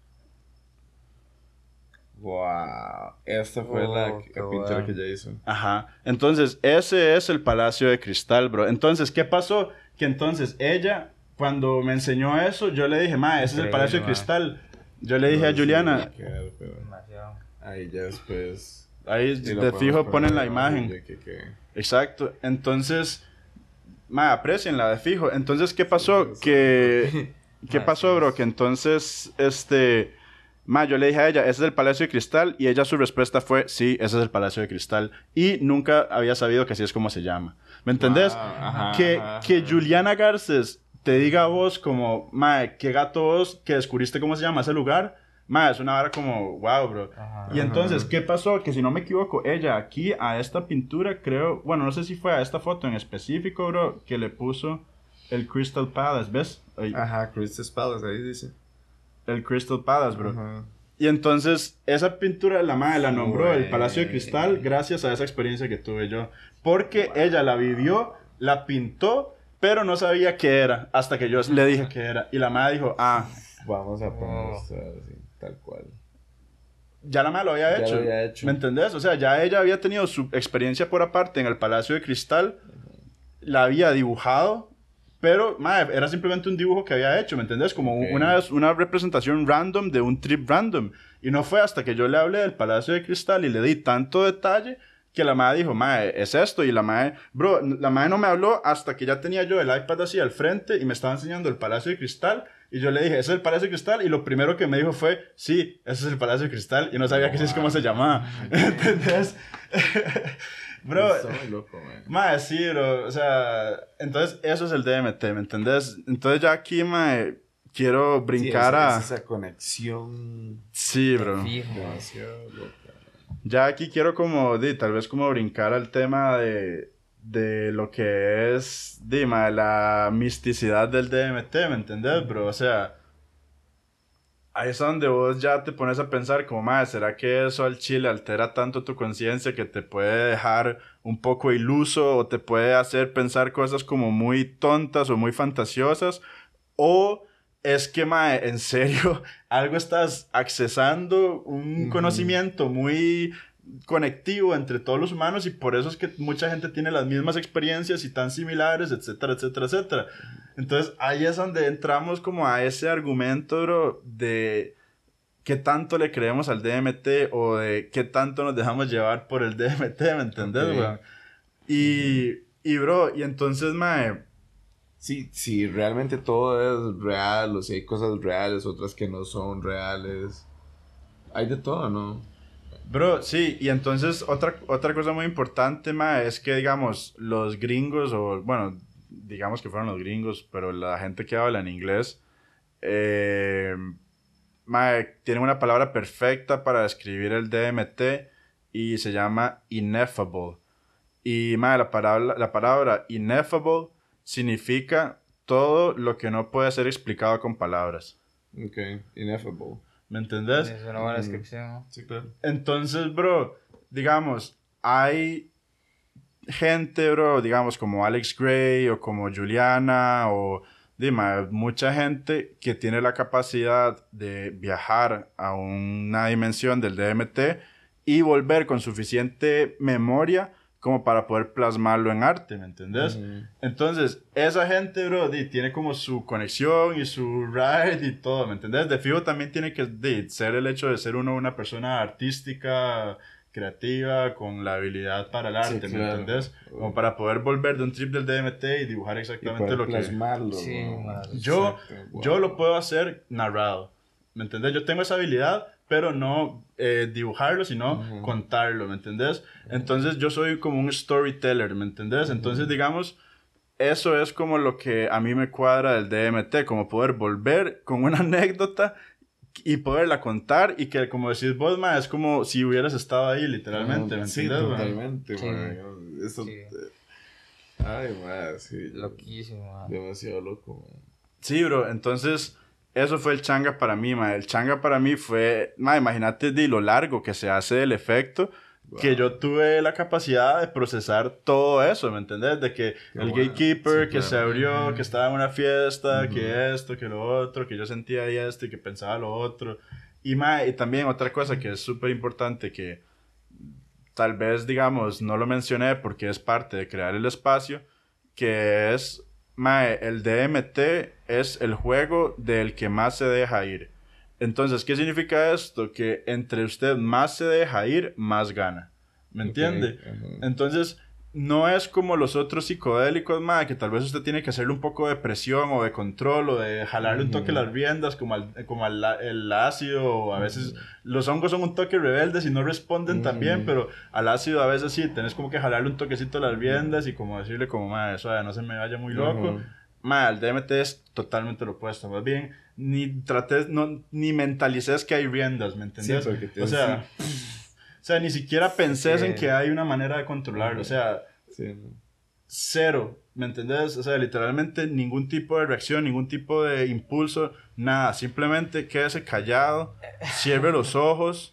Speaker 1: Wow. Esta fue
Speaker 2: Oh,
Speaker 1: la,
Speaker 2: qué
Speaker 1: la pintura
Speaker 2: bueno.
Speaker 1: que ella hizo.
Speaker 3: Ajá. Entonces, ese es el Palacio de Cristal, bro. Entonces, ¿qué pasó? Que entonces ella, cuando me enseñó eso, yo le dije, ma, ese es el
Speaker 2: Increíble,
Speaker 3: Palacio de
Speaker 2: ma.
Speaker 3: Cristal. Yo le dije
Speaker 1: No,
Speaker 3: a
Speaker 1: sí,
Speaker 3: Juliana,
Speaker 1: claro, pero
Speaker 2: Demasiado.
Speaker 1: ahí ya después.
Speaker 3: ahí
Speaker 1: sí lo
Speaker 3: de
Speaker 1: podemos
Speaker 3: fijo
Speaker 1: poner
Speaker 3: ponen la
Speaker 1: ahí,
Speaker 3: imagen.
Speaker 1: yo que- que-
Speaker 3: Exacto. Entonces, ma, aprecienla de fijo. Entonces, ¿qué pasó?
Speaker 1: Sí,
Speaker 3: Que, ¿qué
Speaker 2: Ah,
Speaker 3: pasó,
Speaker 2: sí,
Speaker 3: bro?
Speaker 2: es.
Speaker 3: Que entonces, este, ma, yo le dije a ella, ese es el Palacio de Cristal, y ella su respuesta fue, sí, ese es el Palacio de Cristal, y nunca había sabido que así es como se llama. ¿Me entendés?
Speaker 1: Wow, ajá,
Speaker 3: que,
Speaker 1: ajá,
Speaker 3: que
Speaker 1: ajá.
Speaker 3: Juliana Garces te diga a vos como, ma, qué gato vos que descubriste cómo se llama ese lugar, ma, es una vara como, wow, bro.
Speaker 2: Ajá.
Speaker 3: Y entonces,
Speaker 1: Ajá.
Speaker 3: ¿qué pasó? Que si no me equivoco, ella aquí a esta pintura, creo, bueno, no sé si fue a esta foto en específico, bro, que le puso el Crystal Palace, ¿ves? Ay,
Speaker 1: Ajá, Crystal Palace, ahí dice.
Speaker 3: el Crystal Palace, bro.
Speaker 1: Ajá.
Speaker 3: Y entonces, esa pintura la madre la nombró el
Speaker 1: Güey.
Speaker 3: Palacio de Cristal gracias a esa experiencia que tuve yo. Porque ella la vivió, la pintó, pero no sabía qué era, hasta que yo le dije qué era. Y la madre dijo, ah,
Speaker 1: Vamos a poner
Speaker 2: Oh.
Speaker 1: esto así, tal cual.
Speaker 3: ya la madre lo había
Speaker 1: Ya
Speaker 3: hecho.
Speaker 1: lo había hecho.
Speaker 3: ¿Me entendés? O sea, ya ella había tenido su experiencia por aparte en el Palacio de Cristal, la había dibujado, pero madre, era simplemente un dibujo que había hecho, ¿me entendés? Como
Speaker 1: Ok.
Speaker 3: una, una representación random de un trip random. Y no fue hasta que yo le hablé del Palacio de Cristal y le di tanto detalle que la madre dijo, madre, es esto. Y la madre, bro, la madre no me habló hasta que ya tenía yo el iPad así al frente y me estaba enseñando el Palacio de Cristal. Y yo le dije, ¿ese es el Palacio de Cristal? Y lo primero que me dijo fue, sí, ese es el Palacio de Cristal. Y no sabía que así es como se llamaba. ¿Entendés? Bro,
Speaker 1: Está muy loco, man.
Speaker 3: mae, sí, bro, o sea, entonces eso es el D M T, ¿me entendés? Entonces ya aquí, mae, quiero brincar
Speaker 1: Sí, es-
Speaker 3: a...
Speaker 1: es esa conexión
Speaker 3: Sí, bro.
Speaker 2: Fijo.
Speaker 1: demasiado loca.
Speaker 3: Ya aquí quiero como, di, tal vez como brincar al tema de, de lo que es, di, mae, la misticidad del D M T, ¿me entendés, bro? O sea, ahí es donde vos ya te pones a pensar como, mae, ¿será que eso al chile altera tanto tu conciencia que te puede dejar un poco iluso o te puede hacer pensar cosas como muy tontas o muy fantasiosas? ¿O es que, mae, en serio, algo estás accesando, un
Speaker 1: Ujú.
Speaker 3: conocimiento muy conectivo entre todos los humanos y por eso es que mucha gente tiene las mismas experiencias y tan similares, etcétera, etcétera, etcétera? Entonces ahí es donde entramos como a ese argumento, bro, de qué tanto le creemos al D M T o de qué tanto nos dejamos llevar por el D M T, ¿me entendés,
Speaker 1: Ok.
Speaker 3: weón? Y, y, bro, y entonces, mae,
Speaker 1: Sí, sí, realmente todo es real, o sea, hay cosas reales, otras que no son reales. Hay de todo, ¿no?
Speaker 3: bro, sí, y entonces otra, otra cosa muy importante, mae, es que, digamos, los gringos, o bueno, digamos que fueron los gringos, pero la gente que habla en inglés, eh, mae, tienen una palabra perfecta para describir el D M T y se llama ineffable. Y, mae, la palabra, la palabra ineffable significa todo lo que no puede ser explicado con palabras.
Speaker 1: Ok, ineffable.
Speaker 3: ¿Me entendés?
Speaker 2: Es una buena descripción, ¿no?
Speaker 1: Sí, claro.
Speaker 3: Entonces, bro, digamos, hay gente, bro, digamos, como Alex Gray o como Juliana o, dime, mucha gente que tiene la capacidad de viajar a una dimensión del D M T y volver con suficiente memoria como para poder plasmarlo en arte, ¿me entendés?
Speaker 1: Ujú.
Speaker 3: Entonces, esa gente, bro, di, tiene como su conexión y su ride y todo, ¿me entendés? De fijo también tiene que di, ser el hecho de ser uno una persona artística, creativa, con la habilidad para el arte,
Speaker 1: Sí,
Speaker 3: ¿me
Speaker 1: claro.
Speaker 3: entendés? Como para poder volver de un trip del D M T y dibujar
Speaker 1: Y
Speaker 3: exactamente
Speaker 1: poder
Speaker 3: lo que...
Speaker 1: plasmarlo.
Speaker 2: Sí,
Speaker 1: ¿no?
Speaker 2: man.
Speaker 3: Yo,
Speaker 1: Exacto, wow.
Speaker 3: yo lo puedo hacer narrado, ¿me entendés? Yo tengo esa habilidad, pero no eh, dibujarlo, sino
Speaker 1: Ujú.
Speaker 3: contarlo, ¿me entendés? Entonces yo soy como un storyteller, ¿me entendés? Entonces, digamos, eso es como lo que a mí me cuadra del D M T, como poder volver con una anécdota y poderla contar y que, como decís vos, ma, es como si hubieras estado ahí, literalmente, ¿me
Speaker 1: Sí,
Speaker 3: entendés, ma?
Speaker 1: totalmente,
Speaker 2: Sí.
Speaker 1: man. Eso,
Speaker 2: Sí.
Speaker 1: eh, ay, man, sí.
Speaker 2: Loquísimo, man.
Speaker 1: Demasiado loco, man.
Speaker 3: Sí, bro, entonces eso fue el changa para mí, ma. El changa para mí fue, ma, imagínate de lo largo que se hace el efecto, que yo tuve la capacidad de procesar todo eso, ¿me entendés? De que
Speaker 1: Qué
Speaker 3: el
Speaker 1: bueno.
Speaker 3: gatekeeper
Speaker 1: Sí,
Speaker 3: que se
Speaker 1: claro.
Speaker 3: abrió,
Speaker 2: Ujú.
Speaker 3: que estaba en una fiesta,
Speaker 1: Ujú.
Speaker 3: que esto, que lo otro, que yo sentía ahí esto y que pensaba lo otro. Y, ma, y también otra cosa que es súper importante que tal vez, digamos, no lo mencioné porque es parte de crear el espacio, que es, mae, el D M T es el juego del que más se deja ir. Entonces, ¿qué significa esto? Que entre usted más se deja ir, más gana. ¿Me entiende?
Speaker 1: Ok, ajá.
Speaker 3: Entonces, no es como los otros psicodélicos, mae, que tal vez usted tiene que hacerle un poco de presión o de control o de jalarle un toque
Speaker 1: Ujú.
Speaker 3: las riendas como, al, como al, el ácido o a veces los hongos son un toque rebeldes y no responden
Speaker 1: Ujú.
Speaker 3: tan bien, pero al ácido a veces sí, tenés como que jalarle un toquecito a las riendas y como decirle como, mae, eso no se me vaya muy loco.
Speaker 1: Ujú.
Speaker 3: Mae, el D M T es totalmente lo opuesto, más bien, ni trates, no, ni mentalices que hay riendas, ¿me entendés?
Speaker 1: Sí, porque te-
Speaker 3: o sea, o sea, ni siquiera pensés
Speaker 2: Sí.
Speaker 3: en que hay una manera de controlarlo, o sea,
Speaker 1: Sí, no.
Speaker 3: cero, ¿me entendés? O sea, literalmente ningún tipo de reacción, ningún tipo de impulso, nada, simplemente quédese callado, cierre los ojos,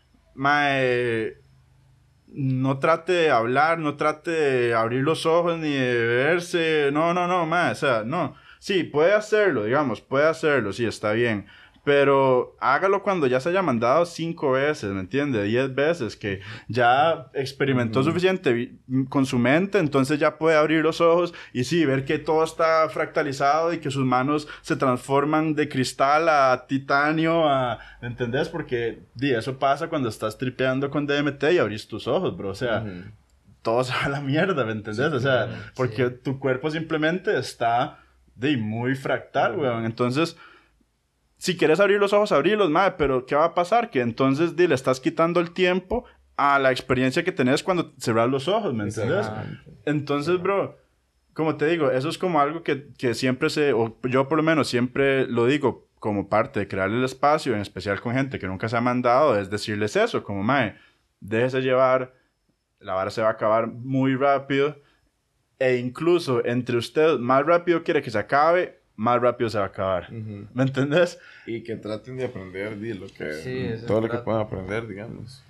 Speaker 3: mae, no trate de hablar, no trate de abrir los ojos ni de verse, no, no, no, mae, o sea, no, sí, puede hacerlo, digamos, puede hacerlo, sí, está bien, pero hágalo cuando ya se haya mandado cinco veces, ¿me entiende? Diez veces, que ya experimentó
Speaker 1: Ujú.
Speaker 3: suficiente vi- con su mente, entonces ya puede abrir los ojos y sí, ver que todo está fractalizado y que sus manos se transforman de cristal a titanio, a, ¿me entendés? Porque di, eso pasa cuando estás tripeando con D M T y abrís tus ojos, bro, o sea,
Speaker 1: Ujú.
Speaker 3: todo se va a la mierda, ¿me entendés?
Speaker 1: Sí,
Speaker 3: o sea,
Speaker 1: claro,
Speaker 3: porque
Speaker 2: sí.
Speaker 3: tu cuerpo simplemente está di, muy fractal, weón, entonces... Si quieres abrir los ojos, abrirlos, madre, pero ¿qué va a pasar? Que entonces di, le estás quitando el tiempo a la experiencia que tenés cuando cerras los ojos, ¿me entendés?
Speaker 1: Exactamente.
Speaker 3: Entonces, bro, como te digo, eso es como algo que, que siempre se, o yo por lo menos siempre lo digo como parte de crear el espacio, en especial con gente que nunca se ha mandado, es decirles eso, como, mae, déjese llevar, la vara se va a acabar muy rápido, e incluso entre usted más rápido quiere que se acabe, más rápido se va a acabar.
Speaker 1: Ujú.
Speaker 3: ¿Me entendés?
Speaker 1: Y que traten de aprender di, lo que,
Speaker 2: Sí, eso
Speaker 1: todo lo que
Speaker 2: trata.
Speaker 1: puedan aprender, digamos.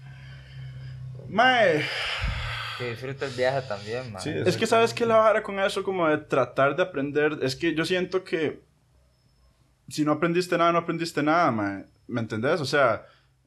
Speaker 3: Mae,
Speaker 2: Que disfruta el viaje también, man.
Speaker 1: Sí,
Speaker 3: es que sabes que la vara con eso, como de tratar de aprender, es que yo siento que si no aprendiste nada, no aprendiste nada, mae. ¿Me entendés? O sea,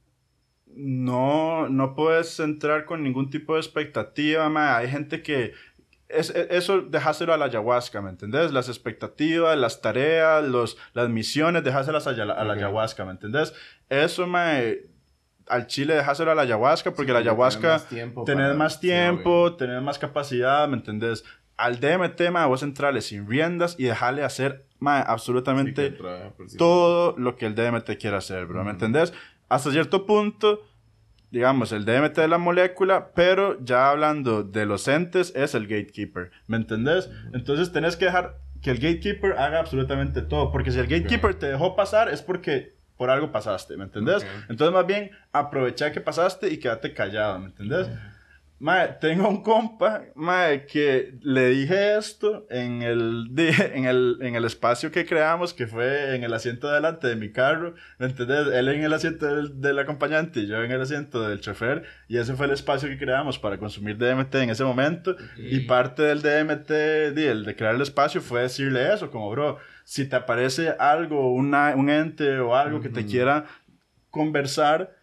Speaker 3: no, no puedes entrar con ningún tipo de expectativa, mae. Hay gente que... Es, es- eso dejáselo a la ayahuasca, ¿me entendés? Las expectativas, las tareas, los, las misiones, dejáselas a, la- a la
Speaker 1: Ujú.
Speaker 3: ayahuasca, ¿me entendés? Eso, mae, al chile dejáselo a la ayahuasca, porque
Speaker 1: Sí,
Speaker 3: la
Speaker 1: porque
Speaker 3: ayahuasca...
Speaker 1: tenés más tiempo
Speaker 3: Tener
Speaker 1: para-
Speaker 3: más
Speaker 1: sí,
Speaker 3: tiempo,
Speaker 1: obvio.
Speaker 3: tener más capacidad, ¿me entendés? Al D M T, mae, vos entrarle sin riendas y dejarle hacer, mae,
Speaker 1: Sí, que
Speaker 3: absolutamente
Speaker 1: trabaja por sí
Speaker 3: todo lo que el D M T quiera hacer, bro, ¿me
Speaker 1: Ujú.
Speaker 3: entendés? Hasta cierto punto, digamos, el D M T es la molécula, pero ya hablando de los entes, es el gatekeeper, ¿me entendés? Entonces tenés que dejar que el gatekeeper haga absolutamente todo, porque si el gatekeeper te dejó pasar es porque por algo pasaste, ¿me entendés?
Speaker 1: Ok.
Speaker 3: Entonces más bien aprovecha que pasaste y quédate callado, ¿me entendés? Mae, tengo un compa, mae, que le dije esto en el, di- en el, en el espacio que creamos, que fue en el asiento de delante de mi carro, ¿me entendés? Él en el asiento del, del acompañante y yo en el asiento del chofer, y ese fue el espacio que creamos para consumir D M T en ese momento, y parte del D M T, di, el de crear el espacio, fue decirle eso, como, bro, si te aparece algo, una, un ente o algo que te
Speaker 1: Ujú.
Speaker 3: quiera conversar,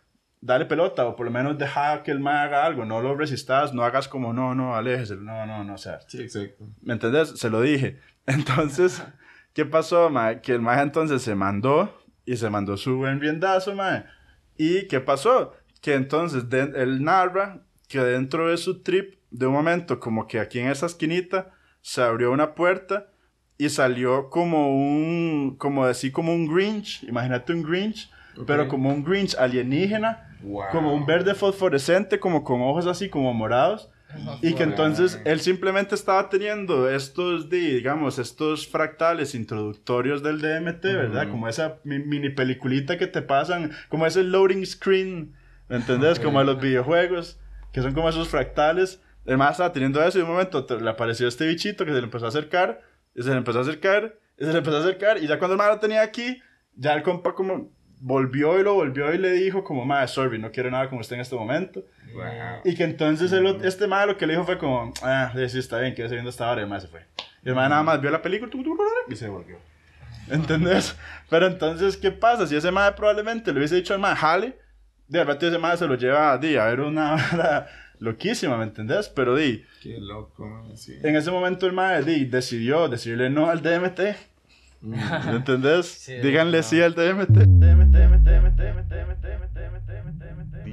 Speaker 3: dale pelota, o por lo menos deja que el mae haga algo, no lo resistas, no hagas como, no, no, aléjese, no, no, no, o sea.
Speaker 1: Sí, exacto.
Speaker 3: ¿Me entendés? Se lo dije. Entonces, ¿qué pasó, mae? Que el mae entonces se mandó, y se mandó su buen riendazo, mae. ¿Y qué pasó? Que entonces de, él narra que dentro de su trip, de un momento, como que aquí en esa esquinita, se abrió una puerta y salió como un, como así como un Grinch, imagínate un Grinch, okay. Pero como un Grinch alienígena, wow. Como un verde fosforescente, como con ojos así como morados, oh, y que entonces él simplemente estaba teniendo estos, digamos, estos fractales introductorios del D M T, uh-huh. ¿Verdad? Como esa mi, mini peliculita que te pasan, como ese loading screen, ¿me entendés? Okay. Como a los videojuegos, que son como esos fractales. El más estaba teniendo eso y de un momento te, le apareció este bichito que se le empezó a acercar, y se le empezó a acercar, y se le empezó a acercar, y ya cuando el más lo tenía aquí, ya el compa como volvió y lo volvió y le dijo como, madre, sorry, no quiero nada con usted en este momento. Wow. Y que entonces el, este madre lo que le dijo fue como, ah, sí, está bien, quiero seguir viendo esta hora, y el madre se fue. Y el madre nada más vio la película y se volvió. ¿Entendés? Pero entonces, ¿qué pasa? Si ese madre probablemente le hubiese dicho al madre, jale, de repente ese madre se lo lleva di, a ver una hora loquísima, ¿me entendés? Pero di...
Speaker 1: Qué loco, man, sí.
Speaker 3: En ese momento el madre di, decidió decirle no al D M T. ¿Me entendés? Sí, díganle no. Sí al D M T. D M T, D M T, D M T, D M T, D M T, D M T, D M T, D M T, D M T,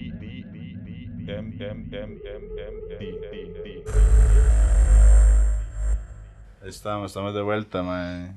Speaker 3: ahí estamos, estamos de vuelta, man.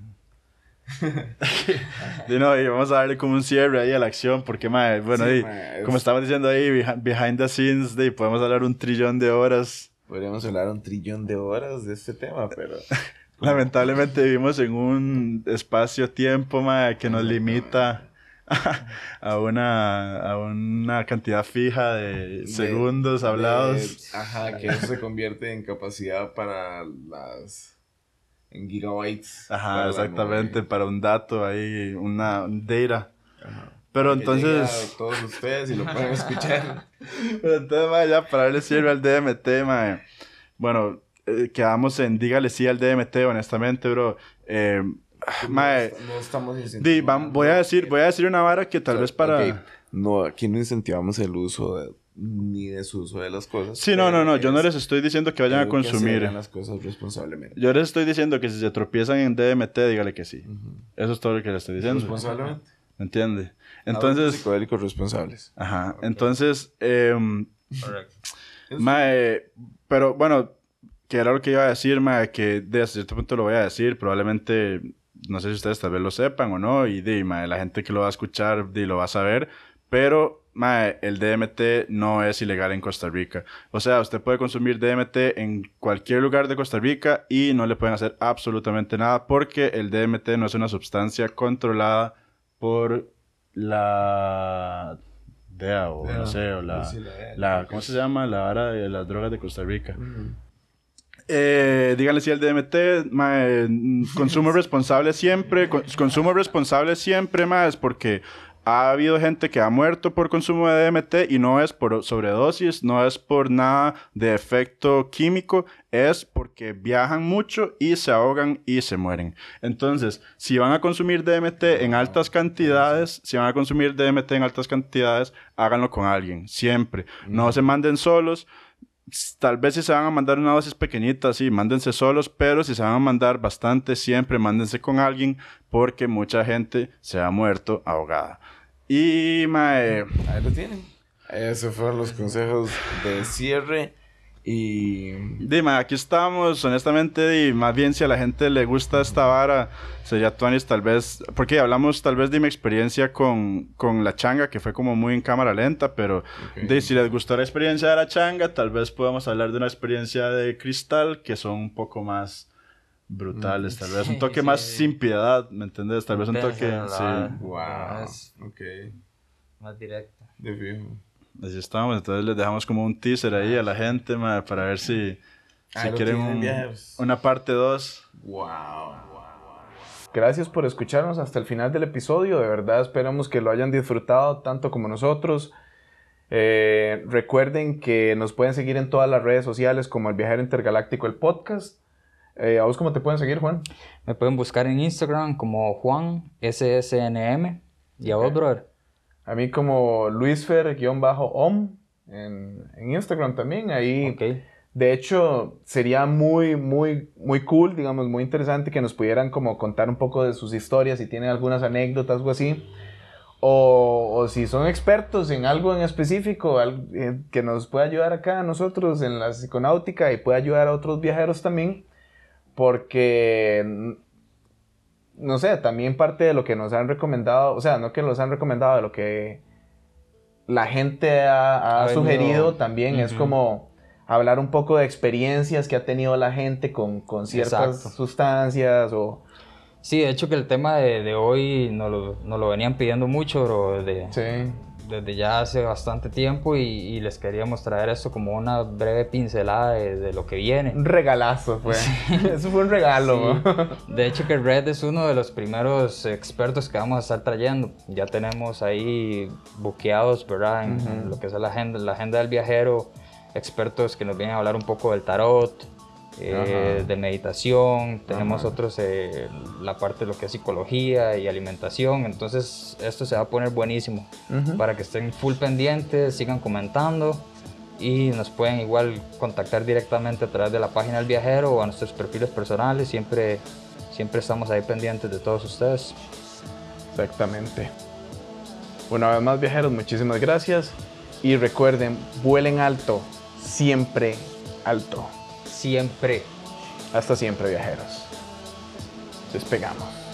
Speaker 3: Y no, y vamos a darle como un cierre ahí a la acción, porque, man, bueno, sí, y, man, es... como estaba diciendo ahí, behind the scenes, de, podemos hablar un trillón de horas.
Speaker 1: Podríamos hablar un trillón de horas de este tema, pero...
Speaker 3: Lamentablemente vivimos en un espacio-tiempo, ma, que nos limita a, a, una, a una cantidad fija de, de segundos de, hablados.
Speaker 1: Ajá, que eso se convierte en capacidad para las... en gigabytes.
Speaker 3: Ajá, exactamente, para un dato ahí, una un data. Ajá. Pero que entonces...
Speaker 1: a todos ustedes y lo pueden escuchar.
Speaker 3: Pero entonces, ma, ya para darle cierre al D M T, ma, bueno... Eh, quedamos en dígale sí al D M T, honestamente, bro. Eh,
Speaker 1: no,
Speaker 3: mae,
Speaker 1: no estamos
Speaker 3: di, vam, voy a decir voy a decir una vara que tal o sea, vez para...
Speaker 1: Okay. No, aquí no incentivamos el uso de, ni desuso de las cosas.
Speaker 3: Sí, no, no, no. Yo no les estoy diciendo que vayan a consumir.
Speaker 1: Que las cosas responsablemente.
Speaker 3: Yo les estoy diciendo que si se tropiezan en D M T, dígale que sí. Uh-huh. Eso es todo lo que les estoy diciendo.
Speaker 1: Responsablemente.
Speaker 3: ¿Me entiende? Entonces...
Speaker 1: psicodélicos responsables.
Speaker 3: Ajá. Okay. Entonces... Eh, Correcto. Mae... Pero, bueno... Que era lo que iba a decir, ma, que de cierto punto lo voy a decir, probablemente, no sé si ustedes tal vez lo sepan o no, y de, ma, la gente que lo va a escuchar de, lo va a saber, pero ma, el D M T no es ilegal en Costa Rica. O sea, usted puede consumir D M T en cualquier lugar de Costa Rica y no le pueden hacer absolutamente nada porque el D M T no es una sustancia controlada por la... D E A o D E A, no sé, o la... Sí, la, la ¿cómo se llama? La vara de las drogas de Costa Rica. Uh-huh. Eh, díganle sí al D M T, ma, eh, consumo responsable siempre, con, consumo responsable siempre más, porque ha habido gente que ha muerto por consumo de D M T y no es por sobredosis, no es por nada de efecto químico, es porque viajan mucho y se ahogan y se mueren. Entonces, si van a consumir D M T en altas cantidades, si van a consumir D M T en altas cantidades, háganlo con alguien, siempre. No se manden solos. Tal vez si se van a mandar una dosis pequeñita, sí, mándense solos, pero si se van a mandar bastante, siempre mándense con alguien, porque mucha gente se ha muerto ahogada. Y, mae...
Speaker 1: Ahí lo tienen. Esos fueron los consejos de cierre. Y...
Speaker 3: Dime, aquí estamos, honestamente, y más bien si a la gente le gusta esta vara, sería tuanis tal vez, porque hablamos tal vez de mi experiencia con, con la changa, que fue como muy en cámara lenta, pero okay. de, si les gustó la experiencia de la changa, tal vez podamos hablar de una experiencia de cristal, que son un poco más brutales, mm. tal vez sí, un toque sí, más sí. sin piedad, ¿me entiendes? Tal vez un toque, sí.
Speaker 1: Wow, ok.
Speaker 2: Más directo.
Speaker 1: De fijo.
Speaker 3: Así estamos, entonces les dejamos como un teaser ahí a la gente, ma, para ver si,
Speaker 1: ah,
Speaker 3: si quieren un, una parte dos.
Speaker 1: Wow, wow, wow. Gracias por escucharnos hasta el final del episodio, de verdad esperamos que lo hayan disfrutado tanto como nosotros. Eh, recuerden que nos pueden seguir en todas las redes sociales como El Viajero Intergaláctico, el podcast. Eh, ¿A vos cómo te pueden seguir, Juan?
Speaker 2: Me pueden buscar en Instagram como Juan S S N M. ¿Y a vos, brother?
Speaker 5: A mí como luisfer-om en, en Instagram también. Ahí,
Speaker 2: Ok.
Speaker 5: de hecho, sería muy, muy, muy cool, digamos, muy interesante que nos pudieran como contar un poco de sus historias, si tienen algunas anécdotas o así. O, o si son expertos en algo en específico, al, eh, que nos pueda ayudar acá a nosotros en la psiconáutica y pueda ayudar a otros viajeros también. Porque, no sé, también parte de lo que nos han recomendado, o sea, no que nos han recomendado, de lo que la gente ha, ha
Speaker 2: Ha venido-
Speaker 5: sugerido también es
Speaker 2: Ujú.
Speaker 5: como hablar un poco de experiencias que ha tenido la gente con, con ciertas
Speaker 2: Exacto.
Speaker 5: sustancias o...
Speaker 2: Sí, de hecho que el tema de, de hoy nos lo, nos lo venían pidiendo mucho, bro, desde,
Speaker 5: Sí.
Speaker 2: desde ya hace bastante tiempo y, y les queríamos traer esto como una breve pincelada de, de lo que viene.
Speaker 5: Un regalazo fue. Eso fue un regalo.
Speaker 2: Sí.
Speaker 5: ¿no?
Speaker 2: De hecho que Red es uno de los primeros expertos que vamos a estar trayendo. Ya tenemos ahí buqueados, ¿verdad? En,
Speaker 5: Ujú.
Speaker 2: en lo que es la agenda, la agenda del viajero, expertos que nos vienen a hablar un poco del tarot, eh,
Speaker 5: Ajá.
Speaker 2: de meditación. Tenemos
Speaker 5: Ajá.
Speaker 2: otros, eh, la parte de lo que es psicología y alimentación. Entonces esto se va a poner buenísimo.
Speaker 5: Ujú.
Speaker 2: Para que estén full pendientes, sigan comentando. Y nos pueden igual contactar directamente a través de la página del viajero o a nuestros perfiles personales. Siempre, siempre estamos ahí pendientes de todos ustedes.
Speaker 5: Exactamente. Una vez más, viajeros, muchísimas gracias. Y recuerden, vuelen alto, siempre alto.
Speaker 2: Siempre.
Speaker 5: Hasta siempre, viajeros. Despegamos.